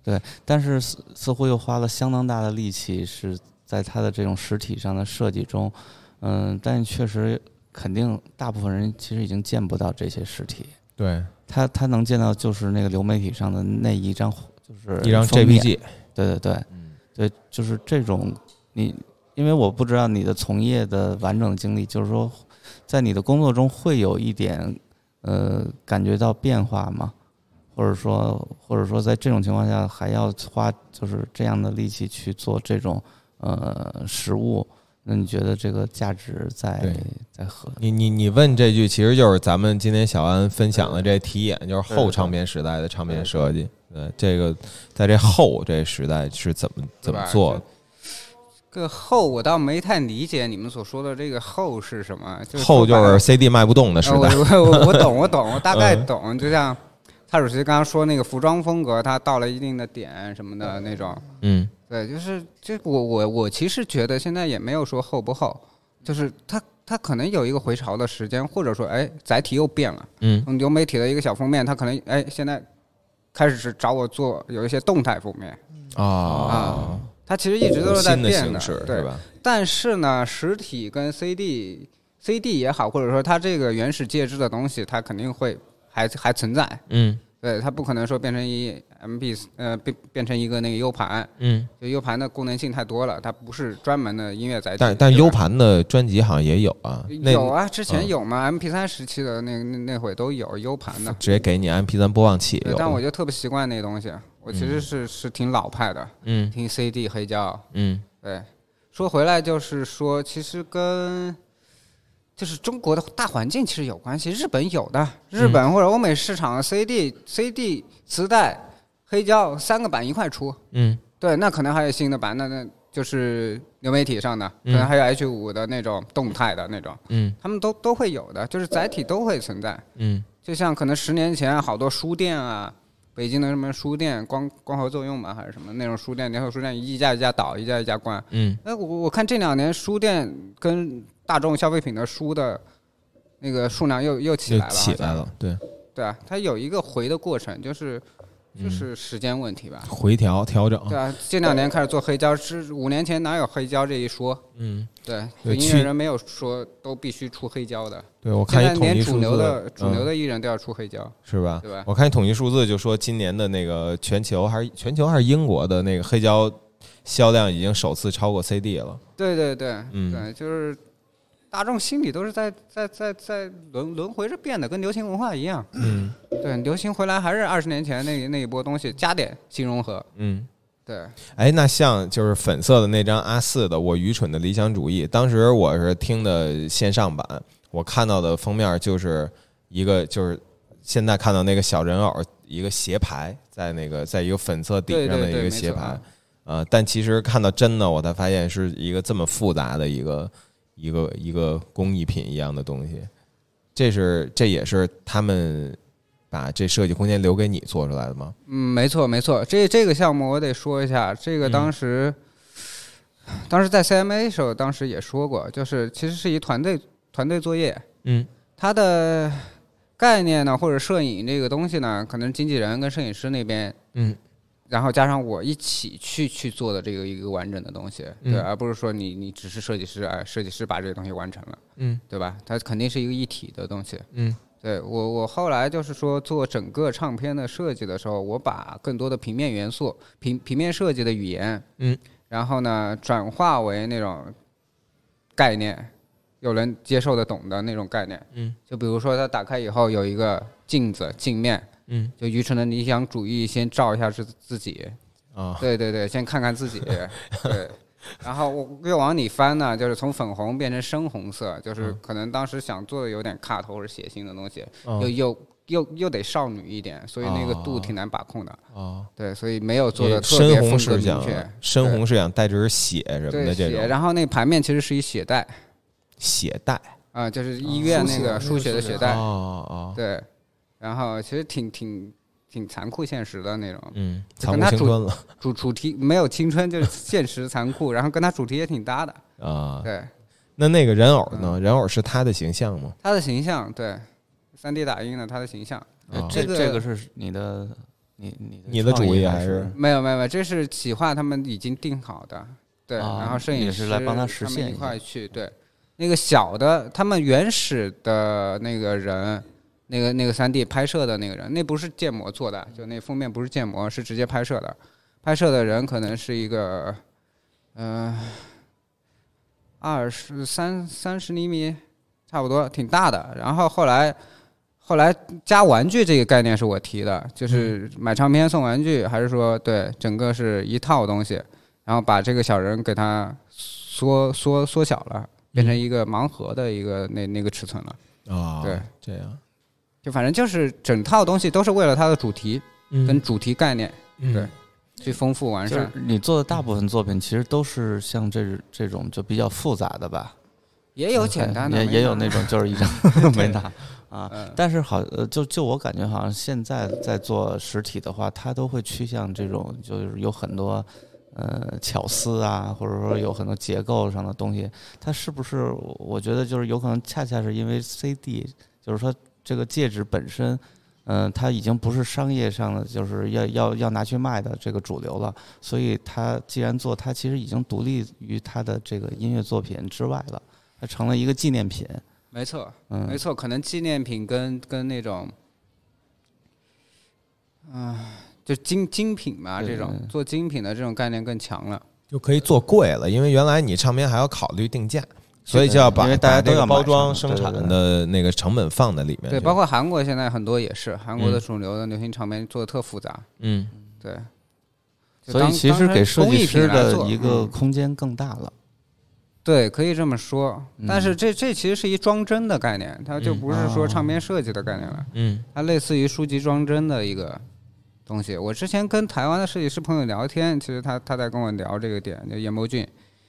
对，但是似乎又花了相当大的力气是在它的这种实体上的设计中，但确实肯定大部分人其实已经见不到这些实体。 对， 他能见到就是那个流媒体上的那一张，就是一张 JPG。 对，对，就是这种因为我不知道你的从业的完整经历，就是说在你的工作中会有一点感觉到变化吗？或者说在这种情况下还要花就是这样的力气去做这种实物，那你觉得这个价值在何？ 你问这句其实就是咱们今天小安分享的这题眼，就是后唱片时代的唱片设计。对，这个在这后这时代是怎么做的？ 这个后我倒没太理解你们所说的这个后是什么， 后就是 CD 卖不动的时代。 我懂，我大概懂，就像蔡主席刚刚说那个服装风格，它到了一定的点什么的那种。对，就是这我其实觉得现在也没有说厚不厚，就是它可能有一个回潮的时间，或者说载体又变了。流媒体的一个小封面，它可能现在开始是找我做有一些动态封面它其实一直都是在变的，对吧？但是呢，实体跟 CD 也好，或者说它这个原始介质的东西，它肯定会还存在。对，它不可能说变成一 MP 变成一个那个 U 盘。就 U 盘的功能性太多了，它不是专门的音乐载体。 但 U 盘的专辑好像也有啊。 有啊，之前有嘛？MP3 时期的那会都有 U 盘的， 直接给你 MP3 播放器。 但我就特别习惯那东西。我其实是挺老派的，听 CD 黑胶，对。说回来就是说，其实跟就是中国的大环境其实有关系。日本有的，日本或者欧美市场的 CD、磁带、黑胶3个版一块出，对，那可能还有新的版，那就是流媒体上的，可能还有 H5 的那种动态的那种，他们都会有的，就是载体都会存在，就像可能10年前好多书店啊。北京的什么书店光合作用嘛，还是什么那种书店，联合书店一家一家倒，一家一家关。我看这2年书店跟大众消费品的书的那个数量又起来了，对啊，它有一个回的过程，就是时间问题吧， 回调整。 对啊，这2年开始做黑胶，是5年前哪有黑胶这一说？对，音乐人没有说都必须出黑胶的。 对，我看一统计数字，主流的艺人都要出黑胶， 是吧？ 对吧？ 我看一统计数字就说，今年的那个全球还是英国的那个黑胶销量已经首次超过 CD 了。 对，对，就是大众心里都是在轮回着变的，跟流行文化一样。对，流行回来还是20年前那一波东西，加点新融合。对。 那像就是粉色的那张A4的《我愚蠢的理想主义》，当时我是听的线上版，我看到的封面就是一个就是现在看到那个小人偶，一个斜排在一个粉色底上的一个斜排。但其实看到真的，我才发现是一个这么复杂的一个工艺品一样的东西。这也是他们把这设计空间留给你做出来的吗？ 没错。这个项目我得说一下，这个当时在 CMA 的时候，当时也说过，就是其实是一团队作业。它的概念呢，或者摄影这个东西呢，可能经纪人跟摄影师那边，然后加上我一起去做的这个一个完整的东西，对，而不是说你只是设计师，设计师把这个东西完成了，对吧？它肯定是一个一体的东西，对，我后来就是说做整个唱片的设计的时候，我把更多的平面元素、平面设计的语言，然后呢转化为那种概念，有人接受得懂的那种概念，就比如说它打开以后有一个镜子镜面，就愚蠢的理想主义先照一下自己，对，先看看自己，对。然后我越往里翻呢，就是从粉红变成深红色，就是可能当时想做的有点卡头或者血腥的东西，又得少女一点，所以那个度挺难把控的。对，所以没有做的特别风格明确。 深红是想带着血什么的这种。 然后那盘面其实是一血带。 血带啊，就是医院那个输血的血带。对，然后其实挺残酷现实的那种， 残酷青春了。 主题没有青春，就是现实残酷，然后跟他主题也挺搭的啊。对， 那个人偶呢？人偶是他的形象吗？ 他的形象，对，3D 打印的他的形象。 这个是你的你的主意还是没有，这是企划他们已经定好的，对，然后摄影师来帮他实现一块去，对，那个小的他们原始的那个人，那个3D 拍摄的那个人，那不是建模做的，就那封面不是建模，是直接拍摄的，拍摄的人可能是一个30厘米，差不多挺大的，然后后来加玩具这个概念是我提的，就是买唱片送玩具，还是说对整个是一套东西，然后把这个小人给它缩小了，变成一个盲盒的一个那个尺寸了啊， 对， 这样， 就反正就是整套东西都是为了它的主题跟主题概念，对，去丰富完善。 你做的大部分作品其实都是像这种就比较复杂的吧？ 也有简单的， 也有那种就是一张没拿啊。但是就我感觉好像现在在做实体的话，它都会趋向这种，就是有很多巧思啊，或者说有很多结构上的东西。它是不是？我觉得就是有可能恰恰是因为 CD， 就是说这个介质本身。它已经不是商业上的，就是要拿去卖的这个主流了，所以它既然做，它其实已经独立于它的这个音乐作品之外了，它成了一个纪念品。 没错，没错，可能纪念品跟那种，就精品嘛，这种做精品的这种概念更强了， 就可以做贵了，因为原来你唱片还要考虑定价。所以就要把大家都要包装生产的那个成本放在里面。 对，包括韩国现在很多也是，韩国的主流的流行唱片做的特复杂。对。 所以其实给设计师的一个空间更大了。 对，可以这么说。但是这其实是一装帧的概念，它就不是说唱片设计的概念了。它类似于书籍装帧的一个东西。我之前跟台湾的设计师朋友聊天，其实他在跟我聊这个点，就严伯俊，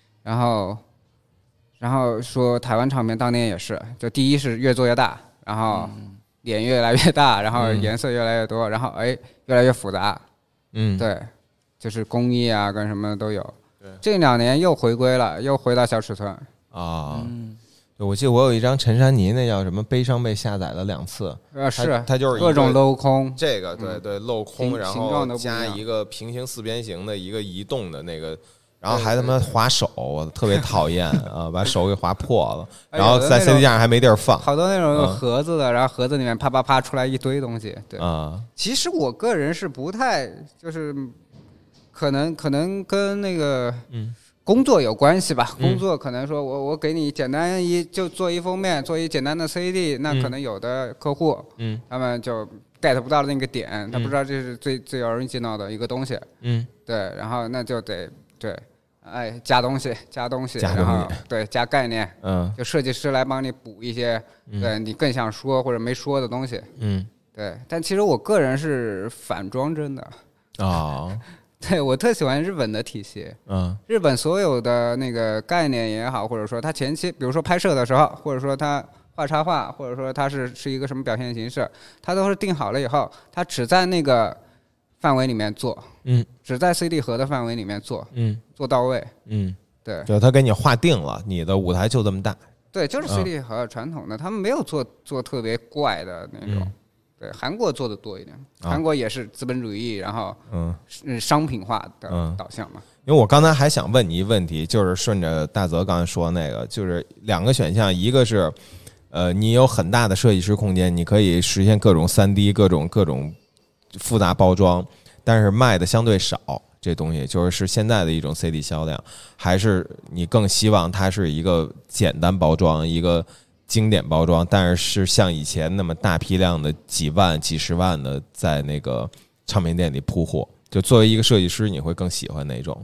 然后说台湾唱片当年也是，就第一是越做越大，然后脸越来越大，然后颜色越来越多，然后越来越复杂。对，就是工艺啊跟什么都有。这2年又回归了，又回到小尺寸啊。我记得我有一张陈珊妮，那叫什么？悲伤被下载了2次。 是它就是各种镂空， 这个对镂空，然后加一个平行四边形的一个移动的那个。然后还他妈划手，我特别讨厌啊！把手给划破了，然后在 CD 架上还没地儿放。 好多那种盒子的，然后盒子里面啪啪啪出来一堆东西。对啊， 其实我个人是不太，就是可能跟那个工作有关系吧。工作可能说我给你简单就做一封面，做一简单的 CD， 那可能有的客户他们就 get 不到那个点，他不知道这是最 original 的一个东西。对，然后那就得。对，加东西，然后对加概念，就设计师来帮你补一些，对你更想说或者没说的东西，对。但其实我个人是反装帧的对，我特喜欢日本的体系，日本所有的那个概念也好，或者说他前期，比如说拍摄的时候，或者说他画插画，或者说他是一个什么表现形式，他都是定好了以后，他只在那个范围里面做，只在 CD 盒的范围里面做，做到位，对， 就他给你划定了，你的舞台就这么大， 对，就是 CD 盒传统的，他们没有做特别怪的那种，对，韩国做的多一点，韩国也是资本主义，然后商品化的导向嘛。 因为我刚才还想问你一个问题，就是顺着大泽刚才说那个，就是2个选项，一个是你有很大的设计师空间，你可以实现各种3D 各种复杂包装，但是卖的相对少，这东西就是现在的一种 CD 销量，还是你更希望它是一个简单包装，一个经典包装，但是像以前那么大批量的几万几十万的在那个唱片店里铺货，就作为一个设计师你会更喜欢哪种？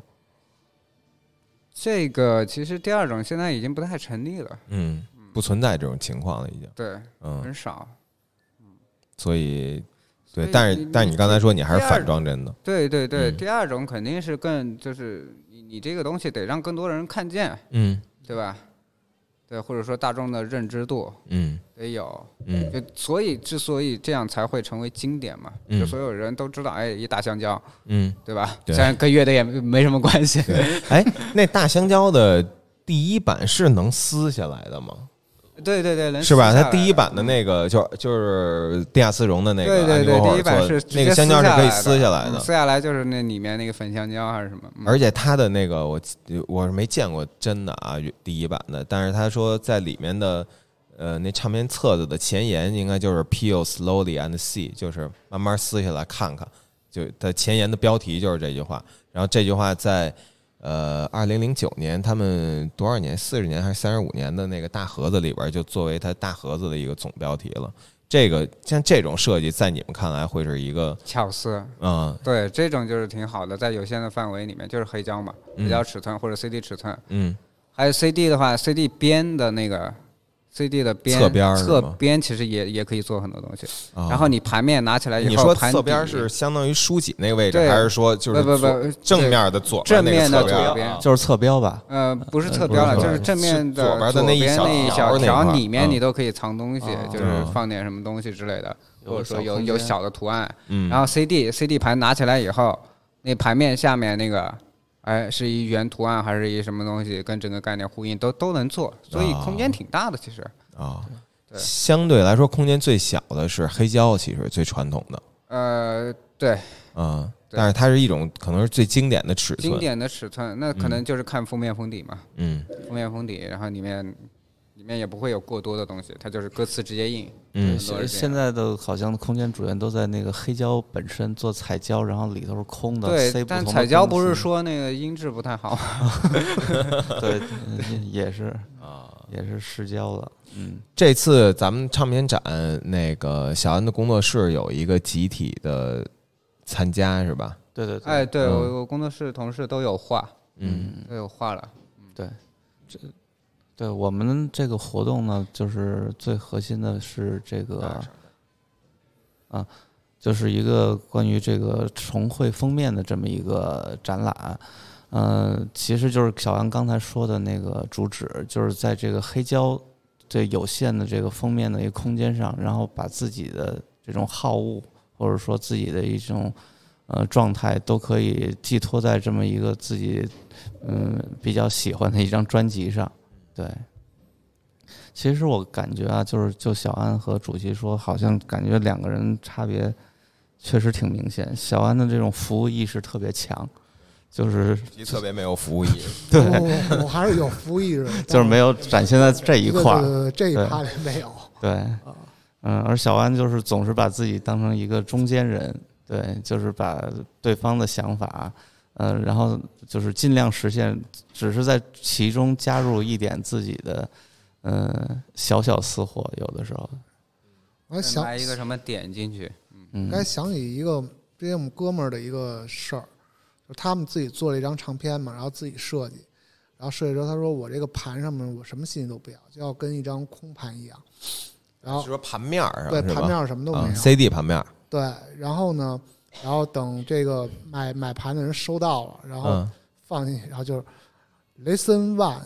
这个其实第2种现在已经不太成立了， 不存在这种情况了已经， 对，很少， 所以对，但是你刚才说你还是反装帧的， 对对对，第2种肯定是更就是你这个东西得让更多人看见，对吧？对，或者说大众的认知度，得有，就之所以这样才会成为经典嘛，就所有人都知道，一大香蕉，对吧？虽然跟乐队也没什么关系。 那大香蕉的第1版是能撕下来的吗？ 对对对， 是吧？它第一版的那个就是地下丝绒的那个， 对对对，第一版是那个香蕉是可以撕下来的， 撕下来就是那里面那个粉香蕉还是什么。 而且它的那个我是没见过真的啊，第一版的，但是他说在里面的那唱片册子的前言应该就是 Peel slowly and see， 就是慢慢撕下来看看，就它前言的标题就是这句话，然后这句话在。2009年，他们多少年？40年还是35年的那个大盒子里边，就作为它大盒子的一个总标题了。这个像这种设计，在你们看来会是一个巧思？对，这种就是挺好的，在有限的范围里面，就是黑胶嘛，黑胶尺寸或者 CD 尺寸。还有 CD 的话 ，CD 边的那个。CD 的边侧边其实也可以做很多东西，然后你盘面拿起来以后， 你说侧边是相当于书脊那个位置，还是说就是不正面的左正面的左边就是侧标吧？ 不是侧标了，就是正面的左边的那一小条里面你都可以藏东西，就是放点什么东西之类的，或者说有小的图案。然后 CD 盘拿起来以后，那盘面下面那个。是一圆图案还是一什么东西，跟整个概念呼应都能做，所以空间挺大的其实。 相对来说空间最小的是黑胶，其实最传统的。 对。 但是它是一种可能是最经典的尺寸。 经典的尺寸，那可能就是看封面封底嘛。封面封底，然后里面也不会有过多的东西，它就是歌词直接印。 现在的好像空间主要都在那个黑胶本身做彩胶，然后里头是空的。 对，但彩胶不是说那个音质不太好。 对，也是失胶了。 这次咱们唱片展，那个小安的工作室有一个集体的参加，是吧？ 对对对。 对，我工作室同事都有画，都有画了。 对，对我们这个活动呢，就是最核心的是这个，就是一个关于这个重绘封面的这么一个展览。其实就是小安刚才说的那个主旨，就是在这个黑胶这有限的这个封面的一个空间上，然后把自己的这种好恶，或者说自己的一种状态，都可以寄托在这么一个自己比较喜欢的一张专辑上。对，其实我感觉啊，就小安和主席说，好像感觉两个人差别确实挺明显。小安的这种服务意识特别强，就是特别没有服务意识。 对， 我还是有服务意识， 就是没有展现在这一块儿，这一趴里没有。 对，而小安就是总是把自己当成一个中间人，对，就是把对方的想法。然后就是尽量实现，只是在其中加入一点自己的小私货，有的时候。 我想来一个什么点进去。 该想起一个之前我们哥们儿的一个事儿，就他们自己做了一张唱片嘛，然后自己设计，然后设计之后他说我这个盘上面我什么信息都不要，就要跟一张空盘一样。然后是说盘面上对盘面什么都没有 ，CD 盘面。 对，然后呢？然后等这个买盘的人收到了，然后放进去，然后就是 Listen One，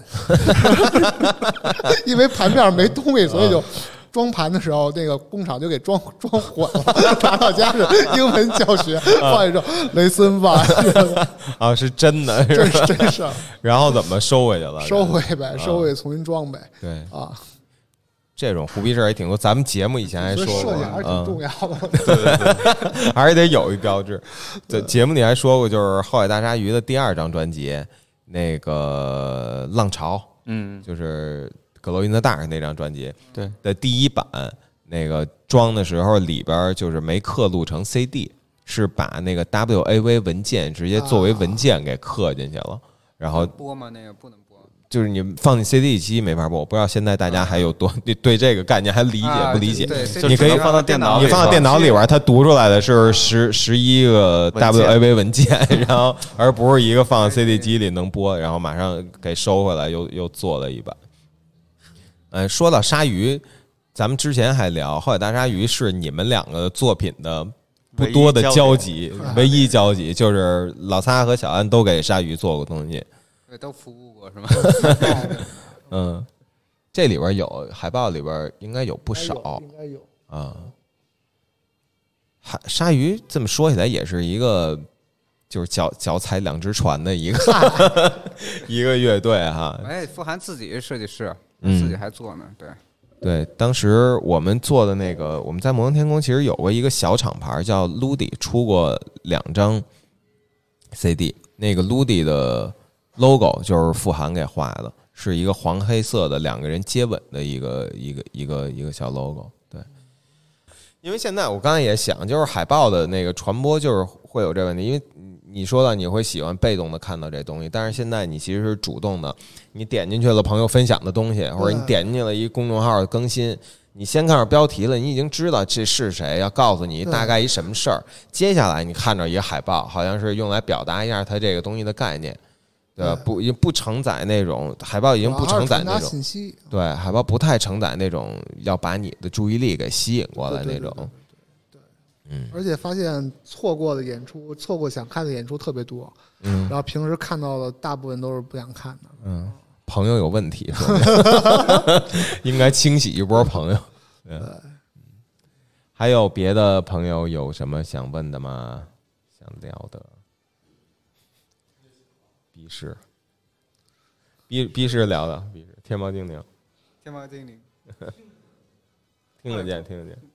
因为盘面没东西，所以就装盘的时候，那个工厂就给装混了，拿到家是英文教学，放一首 Listen One， 是真的， 这是真事儿。 然后怎么收回去了？ 收回呗，收回重新装呗。 对这种胡逼事儿也挺多，咱们节目以前还说过， 设计还是挺重要的。 对，还是得有一标志。对，节目里还说过，就是后海大鲨鱼的第2张专辑，那个浪潮，就是Glow in the Dark那张专辑， 对的第1版，那个装的时候里边就是没刻录成 CD， 是把那个 WAV 文件直接作为文件给刻进去了，然后播吗？那个不能播。 就是你放进 CD 机没法播，我不知道现在大家还有多对这个概念还理解不理解？你可以放到电脑里， 你放到电脑里边，它读出来的是11个 WAV 文件，然后而不是一个放 CD 机里能播，然后马上给收回来，又做了一版。说到鲨鱼，咱们之前还聊后海大鲨鱼是你们2个作品的不多的交集，唯一交集就是老擦和小安都给鲨鱼做过东西。 对，都服务过是吗？ 这里边有海报里边应该有不少， 应该有啊。鲨鱼这么说起来也是一个，就是脚踩2只船的一个一个乐队哈。 富含自己设计师，自己还做呢，对。 对，当时我们做的那个，我们在摩登天空其实有过一个小厂牌叫 Ludi， 出过2张 CD， 那个 Ludi 的 logo 就是傅涵给画的，是一个黄黑色的2个人接吻的一个小 logo。对，因为现在我刚才也想，就是海报的那个传播就是会有这个问题，因为你说到你会喜欢被动的看到这东西，但是现在你其实是主动的，你点进去了朋友分享的东西，或者你点进去了一公众号的更新，你先看到标题了，你已经知道这是谁，要告诉你大概一什么事儿，接下来你看着一个海报，好像是用来表达一下它这个东西的概念，对吧？不承载那种海报已经不承载那种信息，对，海报不太承载那种要把你的注意力给吸引过来那种。 而且发现错过的演出，错过想看的演出特别多，然后平时看到的大部分都是不想看的。 朋友有问题，应该清洗一波朋友。对，还有别的朋友有什么想问的吗？想聊的？逼视聊的，逼视天猫精灵， 天猫精灵， 听得见。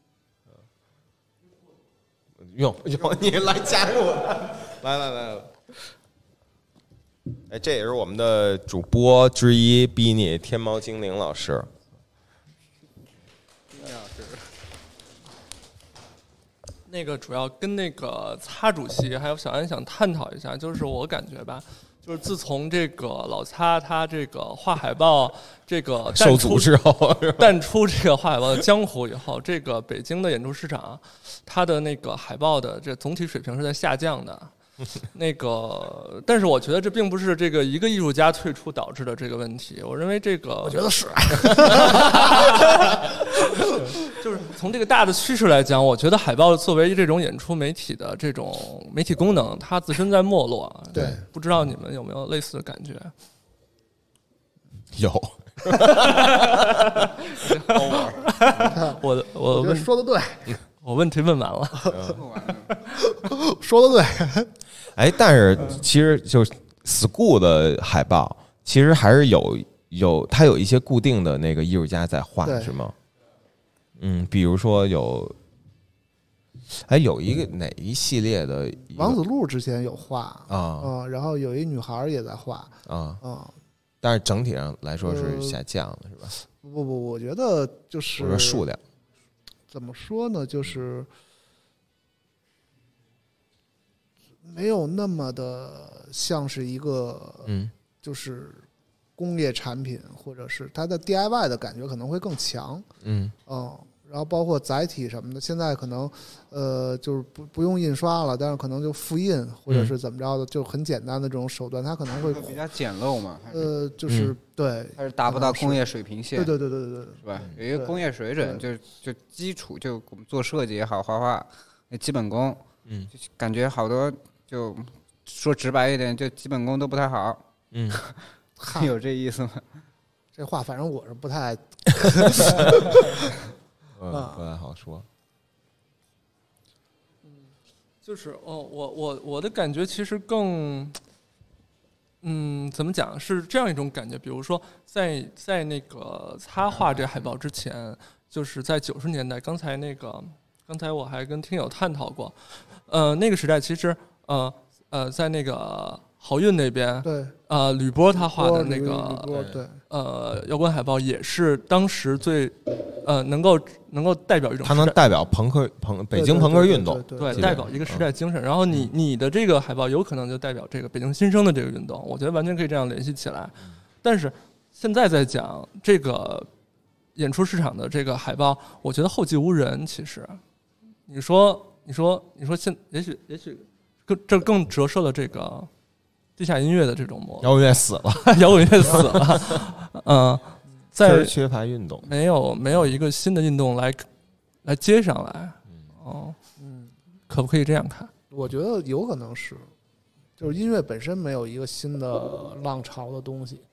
用你来加入，来，哎，这也是我们的主播之一，逼你天猫精灵老师。 那个主要跟那个擦主席还有小安想探讨一下，就是我感觉吧，就是自从这个老擦他这个画海报这个受阻之后， 淡出这个画海报的江湖以后，这个北京的演出市场，它的那个海报的这总体水平是在下降的。那个，但是我觉得这并不是这个一个艺术家退出导致的这个问题。我认为这个， 我觉得是， 就是从这个大的趋势来讲，我觉得海报作为这种演出媒体的这种媒体功能，它自身在没落。 对， 不知道你们有没有类似的感觉？ 有。 我说的对， 我问题问完了， 说的对。 哎，但是其实就 school 的海报，其实还是它有一些固定的那个艺术家在画，是吗？比如说有一个哪一系列的王子路之前有画啊， 然后有一女孩也在画但是整体上来说是下降的，是吧？ 不，我觉得就是我说数量怎么说呢，就是没有那么的像是一个就是工业产品，或者是它的 DIY 的感觉可能会更强。然后包括载体什么的，现在可能就是不用印刷了，但是可能就复印或者是怎么着的，就很简单的这种手段，它可能会比较简陋嘛。 就是对， 它是达不到工业水平线。 对， 是吧？有一个工业水准，就基础，就我们做设计也好，画画那基本功，就感觉好多，就说直白一点，就基本功都不太好。有这意思吗？ 这话反正我是不太。 不太好说。 就是我的感觉其实更，怎么讲是这样一种感觉。比如说在那个擦画这海报之前，就是在90年代，刚才我还跟听友探讨过，那个时代其实在那个好运那边， 对， 吕波他画的那个， 对， 摇滚海报也是当时最，能够代表一种， 它能代表北京朋克运动， 对，代表一个时代精神。然后你的这个海报有可能就代表这个北京新生的这个运动，我觉得完全可以这样联系起来。但是现在在讲这个演出市场的这个海报，我觉得后继无人。其实，你说也许这更折射了这个地下音乐的这种模式。 摇滚乐死了， 摇滚乐死了。在缺乏运动， 没有一个新的运动来接上来。可不可以这样看？ 我觉得有可能是，就是音乐本身没有一个新的浪潮的东西。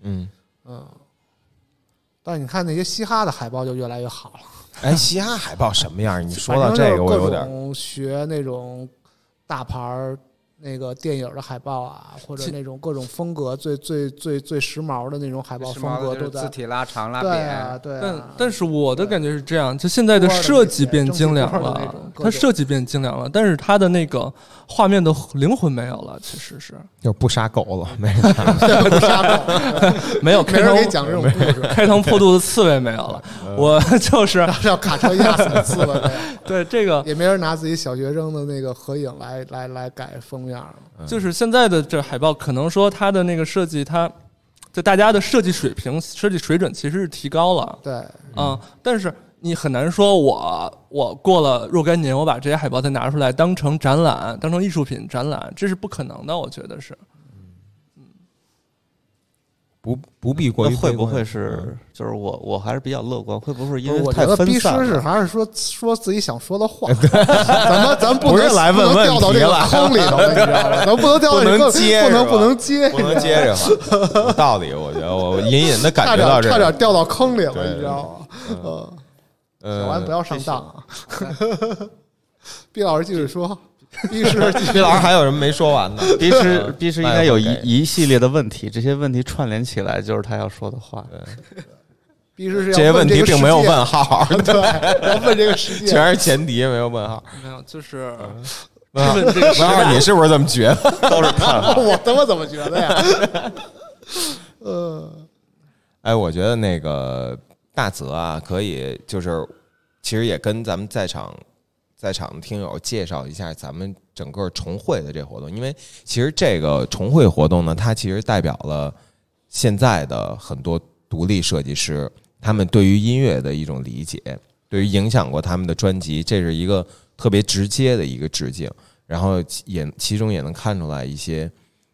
但是你看那些嘻哈的海报就越来越好了。 哎，嘻哈海报什么样？你说到这个，我有点学那种大牌那个电影的海报啊，或者那种各种风格最时髦的那种海报风格都在字体拉长拉扁。 对， 但是我的感觉是这样，就现在的设计变精良了，它设计变精良了，但是它的那个画面的灵魂没有了，其实是就不杀狗了，没不杀狗， 没有开膛讲这种故事， 开膛破肚的刺猬没有了，我就是要卡车压死的刺猬， 对这个也没人拿自己小学生的那个合影来改封面了。 就是现在的这海报，可能说它的那个设计，它就大家的设计水平、设计水准其实是提高了， 对， 但是你很难说我过了若干年，我把这些海报再拿出来当成展览，当成艺术品展览，这是不可能的，我觉得是。 不必过于会不会是就是我还是比较乐观，会不会因为我太觉得逼分散是还是说自己想说的话，咱不能来问问掉到这个坑里头，你知道吗？咱不能掉到这个不能接着嘛，有道理。我觉得我隐隐的感觉到这差点掉到坑里了，你知道吗？小安不要上当啊！毕老师继续说。毕老师还有什么没说完呢？ 毕师应该有一系列的问题，这些问题串联起来就是他要说的话。 毕师是这些问题并没有问号， 对，要问这个世界全是前提，没有问号。 没有，就是问这个时代，你是不是这么觉得？ 都是看法。 我他妈怎么觉得呀？ 我觉得那个大泽啊，可以就是其实也跟咱们在场的听友介绍一下咱们整个重绘的这活动，因为其实这个重绘活动呢，它其实代表了现在的很多独立设计师他们对于音乐的一种理解，对于影响过他们的专辑，这是一个特别直接的一个致敬，然后其中也能看出来一些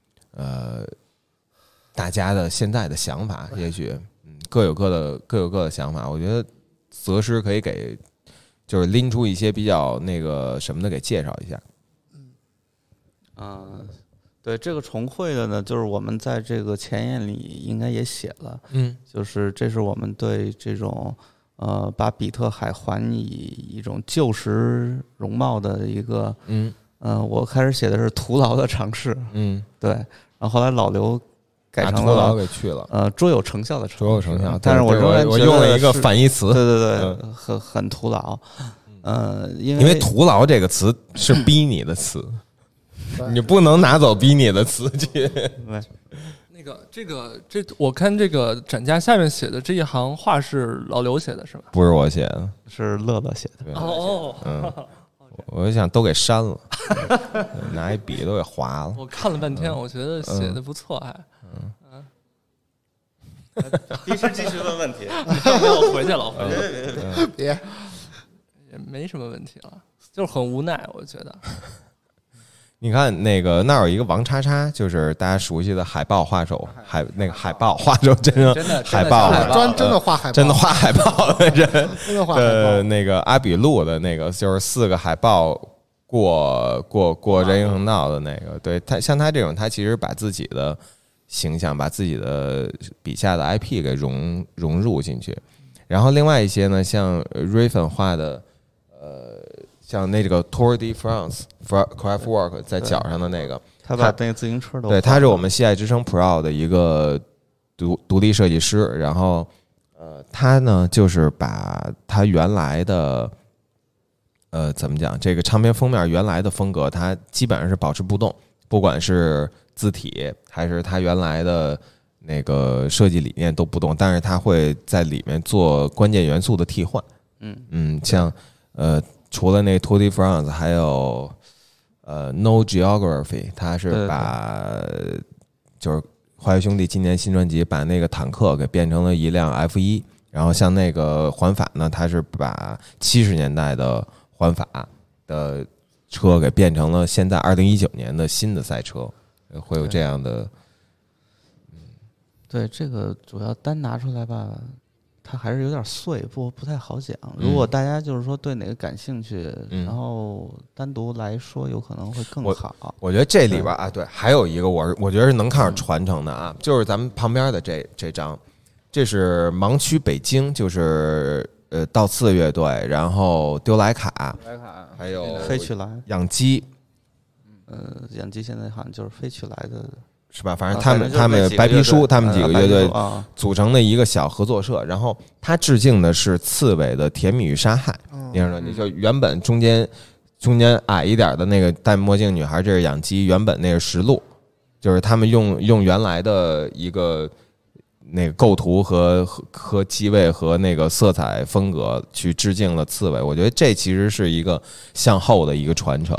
大家的现在的想法，也许各有各的想法。我觉得泽师可以就是拎出一些比较那个什么的给介绍一下。 对这个重绘的呢，就是我们在这个前言里应该也写了，就是这是我们对这种把比特海还以一种旧时容貌的一个我开始写的是徒劳的尝试，对，然后后来老刘改成了徒劳给去了， 卓有成效的卓有成效， 但是我用了一个反义词， 对，很徒劳，因为徒劳这个词是逼你的词。你不能拿走逼你的词去。 我看这个展架下面写的这一行话是老刘写的是吧？ 不是我写的， 是乐乐写的。 我就想都给删了，拿一笔都给划了。 我看了半天，我觉得写的不错，还。 必须继续问问题。 我回去了， 别， 也没什么问题了，就是很无奈，我觉得。 你看那个那有一个王叉叉，就是大家熟悉的海报画手，那个海报画手，真的海报， 真的画海报， 真的画海报的人， 真的画海报。 那个阿比路的那个，就是4个海报过人行横道的那个，对他像他这种，他其实把自己的形象，把自己的笔下的 IP 给融入进去。然后另外一些呢，像 Raven 画的，像那个 Tour de France Craftwork 在脚上的那个， 他把那个自行车都对，他是我们西海之声 Pro 的一个独立设计师。然后他呢就是把他原来的怎么讲，这个唱片封面原来的风格，他基本上是保持不动，不管是字体还是他原来的那个设计理念都不动，但是他会在里面做关键元素的替换。像除了那 Tour de France 还有No Geography， 他是把就是华谊兄弟今年新专辑把那个坦克给变成了一辆 F1， 然后像那个环法呢，他是把70年代的环法的车给变成了现在2019年的新的赛车，会有这样的。 对，这个主要单拿出来吧，它还是有点碎，不太好讲。如果大家就是说对哪个感兴趣，然后单独来说，有可能会更好。 我觉得这里边啊，对，还有一个我觉得是能看上传承的啊，就是咱们旁边的这张，这是盲区北京，就是道次乐队，然后丢莱卡，还有飞去蓝养鸡， 养鸡现在好像就是飞曲来的。 是吧？反正他们白皮书，他们几个乐队组成的一个小合作社。然后他致敬的是刺猬的《甜蜜与杀害》，你知道吗？就原本中间矮一点的那个戴墨镜女孩，这是养鸡，原本那是石路，就是他们用原来的一个那个构图和机位和那个色彩风格去致敬了刺猬。我觉得这其实是一个向后的一个传承。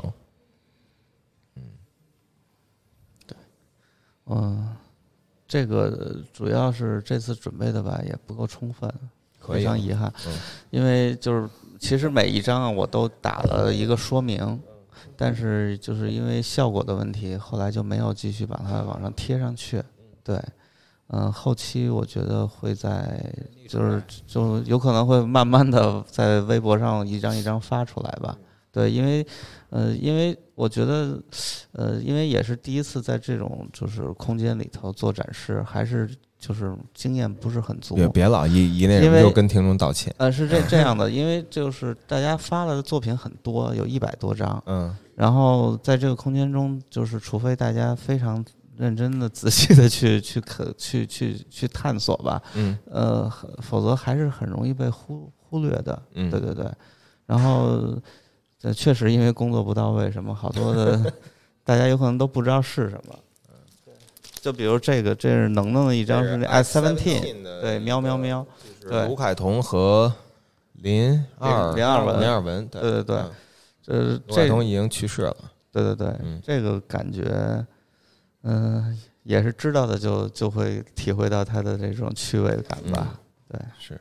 这个主要是这次准备的吧也不够充分，非常遗憾。因为就是其实每一张我都打了一个说明，但是就是因为效果的问题，后来就没有继续把它往上贴上去。对，后期我觉得会就有可能会慢慢的在微博上一张一张发出来吧。对，因为我觉得，因为也是第一次在这种就是空间里头做展示，还是就是经验不是很足。 别老一那什么就跟听众道歉。 是这样的，因为就是大家发了的作品很多，有100多张。然后在这个空间中，就是除非大家非常认真的、仔细的去探索吧。否则还是很容易被忽略的。对。然后。确实，因为工作不到位，什么好多的，大家有可能都不知道是什么。就比如这是能的一张，是那 S17，对，喵喵喵， 对，卢凯彤和林二文，对，卢凯彤已经去世了， 对，这个感觉，也是知道的就会体会到他的这种趣味感吧，对， 是，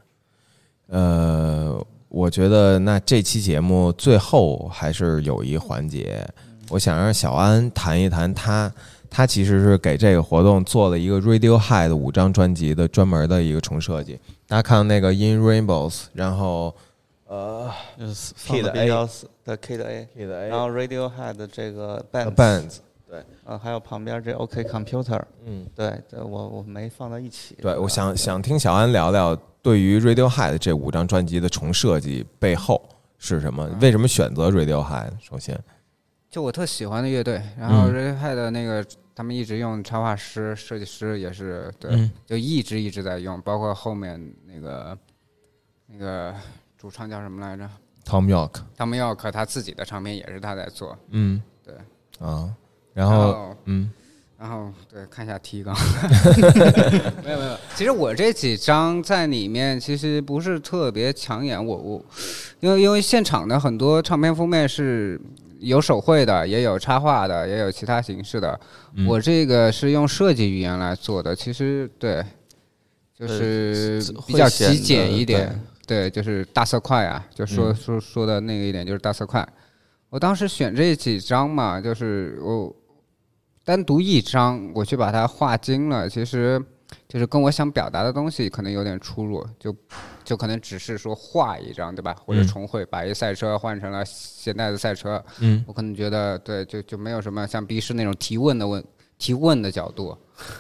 我觉得那这期节目最后还是有一环节，我想让小安谈一谈他其实是给这个活动做了一个 Radiohead 5张专辑的专门的一个重设计。大家看那个 In Rainbows， 然后 Kid A 的 Kid A， 然后 Radiohead 的这个 Bands， 对， 还有旁边这 OK Computer， 对，我没放在一起。 对，我想听小安聊聊。对于 Radiohead 这5张专辑的重设计背后是什么？为什么选择 Radiohead？ 首先， 就我特喜欢的乐队，然后 Radiohead 的那个他们一直用插画师、设计师也是对，就一直在用，包括后面那个主唱叫什么来着 ？Tom York 他自己的唱片也是他在做。对啊，然后对，看一下提纲。没有。其实我这几张在里面其实不是特别抢眼，因为现场的很多唱片封面是有手绘的，也有插画的，也有其他形式的。我这个是用设计语言来做的，其实对，就是比较极简一点。对，就是大色块啊，就说的那个一点就是大色块。我当时选这几张嘛，就是我。单独一张我去把它画精了，其实就是跟我想表达的东西可能有点出入，就可能只是说画一张，对吧？或者重绘，把一赛车换成了现代的赛车。我可能觉得对，就没有什么像B是那种提问的角度。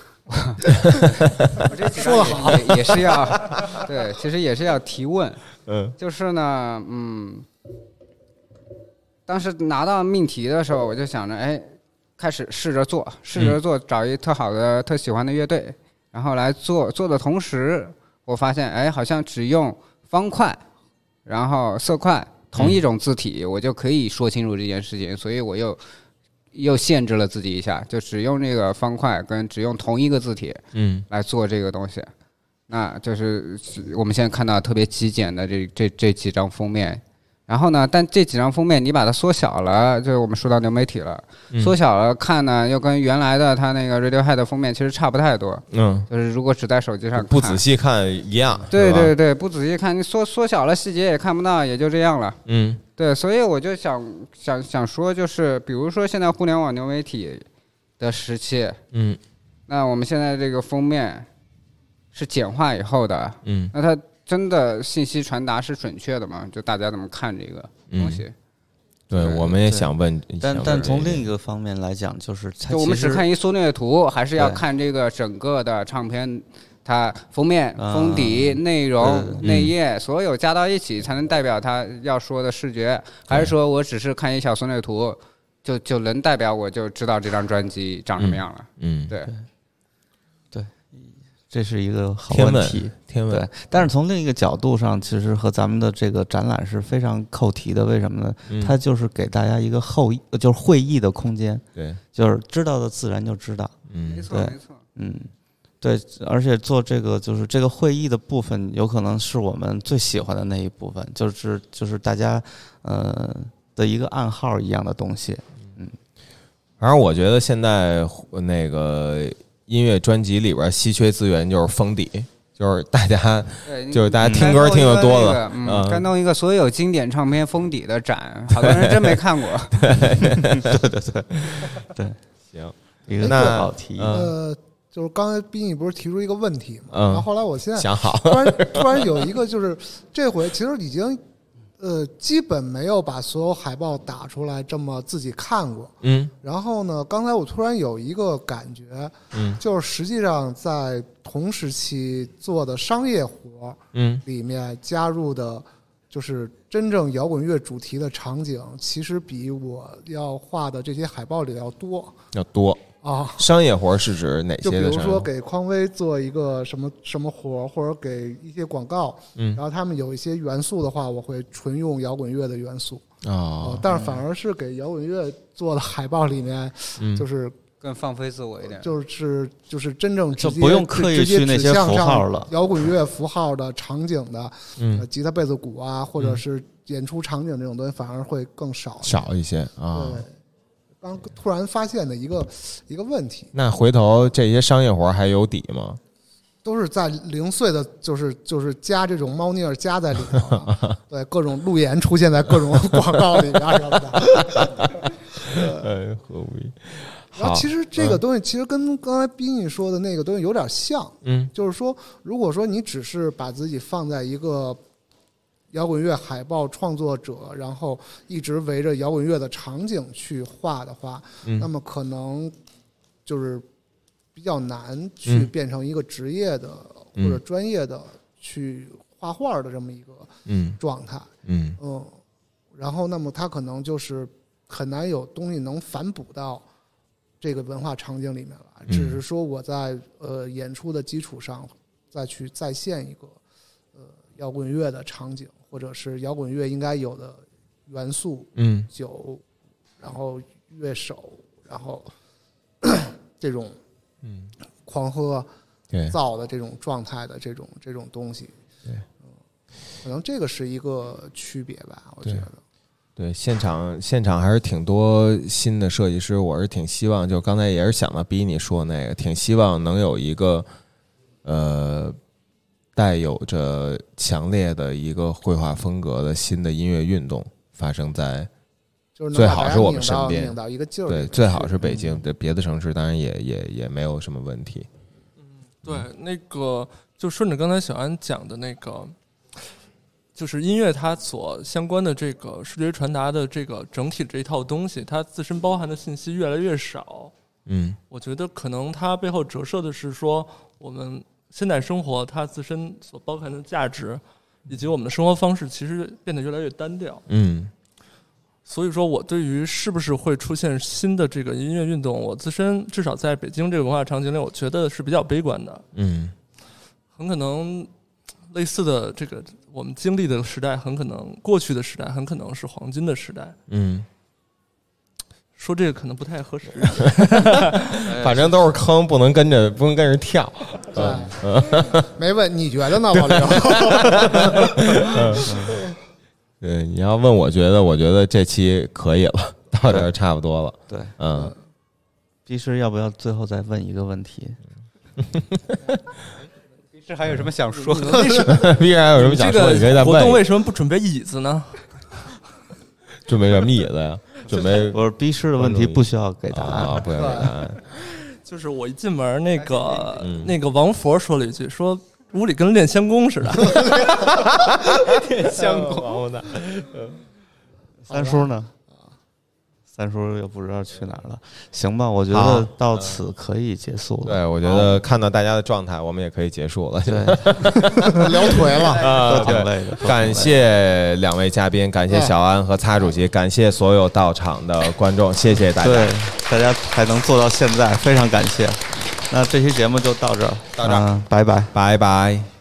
我这说得好，也是要对，其实也是要提问。就是呢，当时拿到命题的时候，我就想着，开始试着做，找一特好的、特喜欢的乐队，然后来做的同时，我发现，好像只用方块，然后色块，同一种字体，我就可以说清楚这件事情，所以我又限制了自己一下，就只用这个方块跟只用同一个字体，来做这个东西。那就是我们现在看到特别极简的这几张封面。然后呢，但这几张封面你把它缩小了，就是我们说到流媒体了，缩小了看呢，又跟原来的它那个 Radiohead 的封面其实差不太多。就是如果只在手机上看， 不仔细看一样。 对，不仔细看，你缩小了细节也看不到，也就这样了。对，所以我就想说，就是比如说现在互联网流媒体的时期，那我们现在这个封面是简化以后的，那它真的信息传达是准确的吗？就大家怎么看这个东西？ 对，我们也想问。 但从另一个方面来讲，就是我们只看一缩略图，还是要看这个整个的唱片，它封面、封底、内容、内页，所有加到一起才能代表它要说的视觉，还是说我只是看一小缩略图就能代表我就知道这张专辑长什么样了。对。 这是一个好问题， 天文。 对，但是从另一个角度上，其实和咱们的这个展览是非常扣题的。为什么呢？它就是给大家一个就是会意的空间。 对， 就是知道的自然就知道。 没错，没错。 对，而且做这个就是这个会意的部分，有可能是我们最喜欢的那一部分，就是大家的一个暗号一样的东西。 反正我觉得现在那个。音乐专辑里边稀缺资源就是封底，就是大家听歌听得多了， 该弄一个所有经典唱片封底的展，好多人真没看过。 对， 行， 一个好提。 就是刚才逼你不是提出一个问题嘛，然后后来我现在想好， 突然有一个就是这回其实已经。基本没有把所有海报打出来这么自己看过。然后呢，刚才我突然有一个感觉，就是实际上在同时期做的商业活，里面加入的，就是真正摇滚乐主题的场景，其实比我要画的这些海报里要多。 商业活是指哪些？ 就比如说给匡威做一个什么活，或者给一些广告，然后他们有一些元素的话，我会纯用摇滚乐的元素。但是反而是给摇滚乐做的海报里面，就是更放飞自我一点， 就是真正就不用刻意去那些符号了， 摇滚乐符号的场景的，吉他、贝斯、鼓啊，或者是演出场景这种东西，反而会更少一些啊。 对。刚突然发现的一个问题， 那回头这些商业活还有底吗？ 都是在零碎的，就是加这种猫腻儿加在里头，对，各种路演出现在各种广告里边什么的。 何无疑。 然后其实这个东西其实跟刚才逼你说的那个东西有点像，就是说，如果说你只是把自己放在一个摇滚乐海报创作者，然后一直围着摇滚乐的场景去画的话，那么可能就是比较难去变成一个职业的或者专业的去画画的这么一个状态。然后那么他可能就是很难有东西能反哺到这个文化场景里面来，只是说我在演出的基础上再去再现一个摇滚乐的场景，或者是摇滚乐应该有的元素，酒，然后乐手，然后这种狂喝造的这种状态的这种东西，可能这个是一个区别吧，我觉得。 对，现场还是挺多新的设计师，我是挺希望，就刚才也是想到逼你说那个，挺希望能有一个带有着强烈的一个绘画风格的新的音乐运动发生在，最好是我们身边，对，最好是北京，对，别的城市当然也没有什么问题。 对，那个就顺着刚才小安讲的那个。就是音乐它所相关的这个视觉传达的这个整体这一套东西，它自身包含的信息越来越少。我觉得可能它背后折射的是说，我们现代生活它自身所包含的价值，以及我们的生活方式其实变得越来越单调。所以说我对于是不是会出现新的这个音乐运动，我自身至少在北京这个文化场景里，我觉得是比较悲观的。很可能类似的这个我们经历的时代，很可能过去的时代很可能是黄金的时代。说这个可能不太合适。 反正都是坑，不能跟着跳。 没问你觉得呢，老刘？ 对，你要问我觉得这期可以了，到这儿差不多了。 对，毕师要不要最后再问一个问题？ 这还有什么想说的？ 必然有什么想说的？你可以再问。 活动为什么不准备椅子呢？ 准备什么椅子呀？准备我是逼师的问题，不需要给答案， 不要给答案。 就是我一进门，那个王佛说了一句，说屋里跟练香功似的。 练香功的。 三叔呢？ 三叔又不知道去哪儿了。行吧，我觉得到此可以结束了。 对，我觉得看到大家的状态，我们也可以结束了。 对， 聊腿了， 都挺累的。 感谢2位嘉宾，感谢小安和擦主席，感谢所有到场的观众，谢谢大家。 对，大家还能做到现在，非常感谢。那这期节目就到这儿， 到这儿， 拜拜， 拜拜。